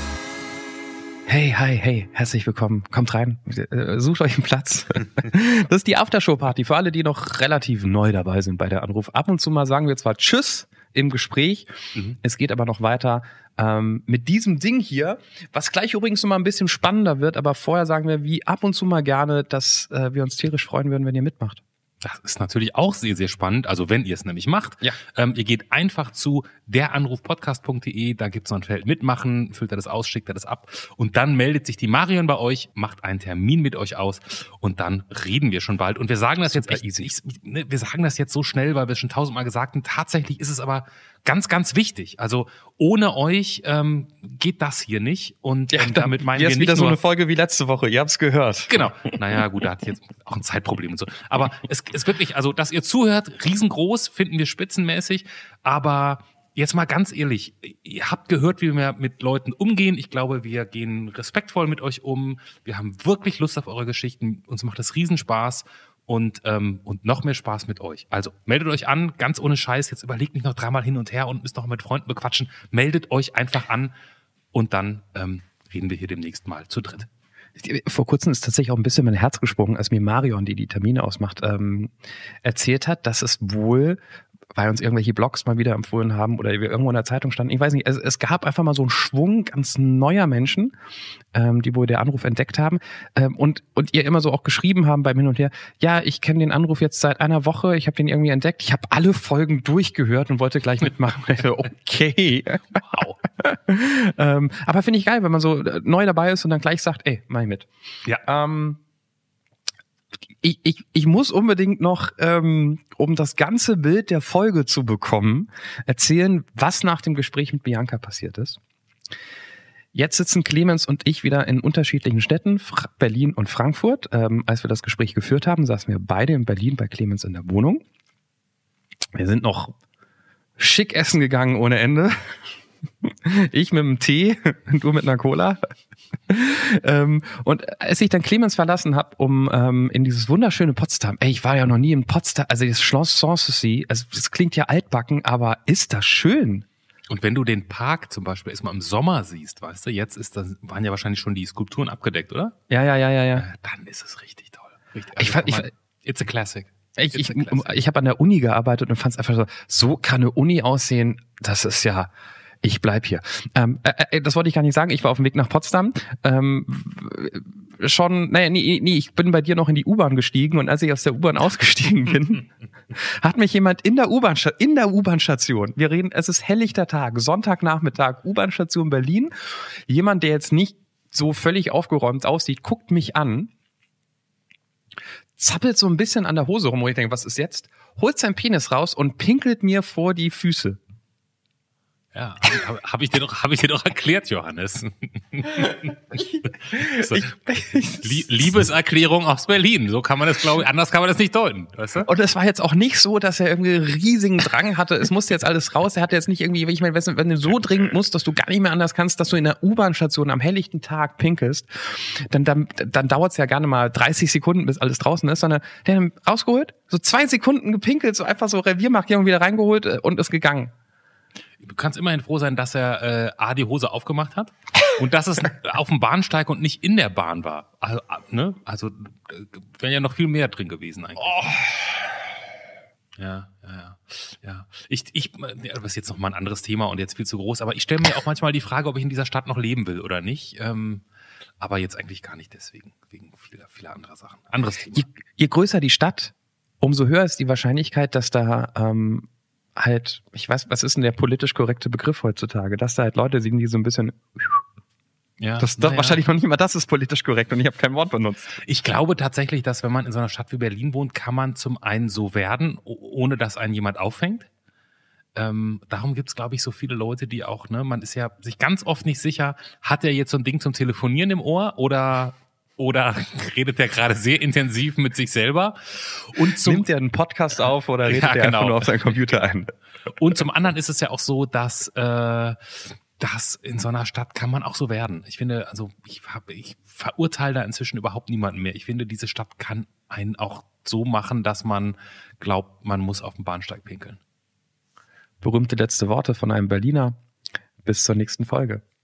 B: Hey, herzlich willkommen. Kommt rein, sucht euch einen Platz. Das ist die Aftershow-Party für alle, die noch relativ neu dabei sind bei der Anruf. Ab und zu mal sagen wir zwar Tschüss im Gespräch, es geht aber noch weiter mit diesem Ding hier, was gleich übrigens noch mal ein bisschen spannender wird, aber vorher sagen wir wie ab und zu mal gerne, dass wir uns tierisch freuen würden, wenn ihr mitmacht.
A: Das ist natürlich auch sehr, sehr spannend. Also wenn ihr es nämlich macht,
B: ja.
A: Ihr geht einfach zu deranrufpodcast.de, da gibt's noch ein Feld Mitmachen, füllt ihr das aus, schickt ihr das ab und dann meldet sich die Marion bei euch, macht einen Termin mit euch aus und dann reden wir schon bald. Und wir sagen das jetzt echt easy. Wir sagen das jetzt so schnell, weil wir es schon 1000-mal gesagt haben. Tatsächlich ist es aber ganz, ganz wichtig. Also ohne euch geht das hier nicht. Und damit meinen wir nicht
B: wieder
A: nur
B: so eine Folge wie letzte Woche. Ihr habt's gehört.
A: Genau. Naja, gut, da hat jetzt auch ein Zeitproblem und so. Aber es ist wirklich, also dass ihr zuhört, riesengroß, finden wir spitzenmäßig. Aber jetzt mal ganz ehrlich, ihr habt gehört, wie wir mit Leuten umgehen. Ich glaube, wir gehen respektvoll mit euch um. Wir haben wirklich Lust auf eure Geschichten. Uns macht das Riesenspaß. Und noch mehr Spaß mit euch. Also meldet euch an, ganz ohne Scheiß. Jetzt überlegt nicht noch dreimal hin und her und müsst noch mit Freunden bequatschen. Meldet euch einfach an und dann reden wir hier demnächst mal zu dritt.
B: Vor kurzem ist tatsächlich auch ein bisschen mein Herz gesprungen, als mir Marion, die Termine ausmacht, erzählt hat, dass es wohl, weil uns irgendwelche Blogs mal wieder empfohlen haben oder wir irgendwo in der Zeitung standen, ich weiß nicht, es gab einfach mal so einen Schwung ganz neuer Menschen, die wohl der Anruf entdeckt haben und ihr immer so auch geschrieben haben beim Hin und Her, ja, ich kenne den Anruf jetzt seit einer Woche, ich habe den irgendwie entdeckt, ich habe alle Folgen durchgehört und wollte gleich mitmachen. Okay.
A: Wow.
B: Aber finde ich geil, wenn man so neu dabei ist und dann gleich sagt, ey, mach ich mit.
A: Ja.
B: Ich muss unbedingt noch, um das ganze Bild der Folge zu bekommen, erzählen, was nach dem Gespräch mit Bianca passiert ist. Jetzt sitzen Clemens und ich wieder in unterschiedlichen Städten, Berlin und Frankfurt. Als wir das Gespräch geführt haben, saßen wir beide in Berlin bei Clemens in der Wohnung. Wir sind noch schick essen gegangen ohne Ende. Ich mit einem Tee, du mit einer Cola. Und als ich dann Clemens verlassen habe, um in dieses wunderschöne Potsdam, ich war ja noch nie in Potsdam, also das Schloss Sanssouci, also das klingt ja altbacken, aber ist das schön.
A: Und wenn du den Park zum Beispiel erstmal im Sommer siehst, weißt du, jetzt waren ja wahrscheinlich schon die Skulpturen abgedeckt, oder?
B: Ja.
A: Dann ist es richtig toll. Richtig, it's a classic.
B: Ich habe an der Uni gearbeitet und fand es einfach so kann eine Uni aussehen, das ist ja... Ich bleib hier. Das wollte ich gar nicht sagen. Ich war auf dem Weg nach Potsdam. Ich bin bei dir noch in die U-Bahn gestiegen und als ich aus der U-Bahn ausgestiegen bin, hat mich jemand in der U-Bahn-Station, wir reden, es ist helllichter Tag, Sonntagnachmittag, U-Bahn-Station Berlin, jemand, der jetzt nicht so völlig aufgeräumt aussieht, guckt mich an, zappelt so ein bisschen an der Hose rum, wo ich denke, was ist jetzt? Holt seinen Penis raus und pinkelt mir vor die Füße.
A: Ja, hab ich dir doch erklärt, Johannes. So, Liebeserklärung aus Berlin. So kann man das, glaube ich, anders kann man das nicht deuten. Weißt du?
B: Und es war jetzt auch nicht so, dass er irgendwie riesigen Drang hatte. Es musste jetzt alles raus. Er hatte jetzt nicht irgendwie, ich meine, wenn du so dringend musst, dass du gar nicht mehr anders kannst, dass du in der U-Bahn-Station am helllichten Tag pinkelst, dann dauert es ja gerne mal 30 Sekunden, bis alles draußen ist, sondern der hat rausgeholt, so 2 Sekunden gepinkelt, so einfach so Reviermarkierung wieder reingeholt und ist gegangen.
A: Du kannst immerhin froh sein, dass er die Hose aufgemacht hat und dass es auf dem Bahnsteig und nicht in der Bahn war. Also wäre ja noch viel mehr drin gewesen eigentlich. Oh. Ja. Das ist jetzt noch mal ein anderes Thema und jetzt viel zu groß, aber ich stelle mir auch manchmal die Frage, ob ich in dieser Stadt noch leben will oder nicht. Aber jetzt eigentlich gar nicht deswegen, wegen vieler anderer Sachen. Anderes Thema.
B: Je größer die Stadt, umso höher ist die Wahrscheinlichkeit, dass da halt, ich weiß, was ist denn der politisch korrekte Begriff heutzutage, dass da halt Leute sind, die so ein bisschen...
A: Ja,
B: wahrscheinlich noch nicht mal das ist politisch korrekt und ich habe kein Wort benutzt.
A: Ich glaube tatsächlich, dass wenn man in so einer Stadt wie Berlin wohnt, kann man zum einen so werden, ohne dass einen jemand auffängt. Darum gibt's, glaube ich, so viele Leute, die auch, man ist ja sich ganz oft nicht sicher, hat er jetzt so ein Ding zum Telefonieren im Ohr oder redet er gerade sehr intensiv mit sich selber? Und
B: nimmt er einen Podcast auf oder redet er einfach nur auf seinen Computer ein?
A: Und zum anderen ist es ja auch so, dass das in so einer Stadt kann man auch so werden. Ich finde, also ich verurteile da inzwischen überhaupt niemanden mehr. Ich finde, diese Stadt kann einen auch so machen, dass man glaubt, man muss auf dem Bahnsteig pinkeln.
B: Berühmte letzte Worte von einem Berliner. Bis zur nächsten Folge.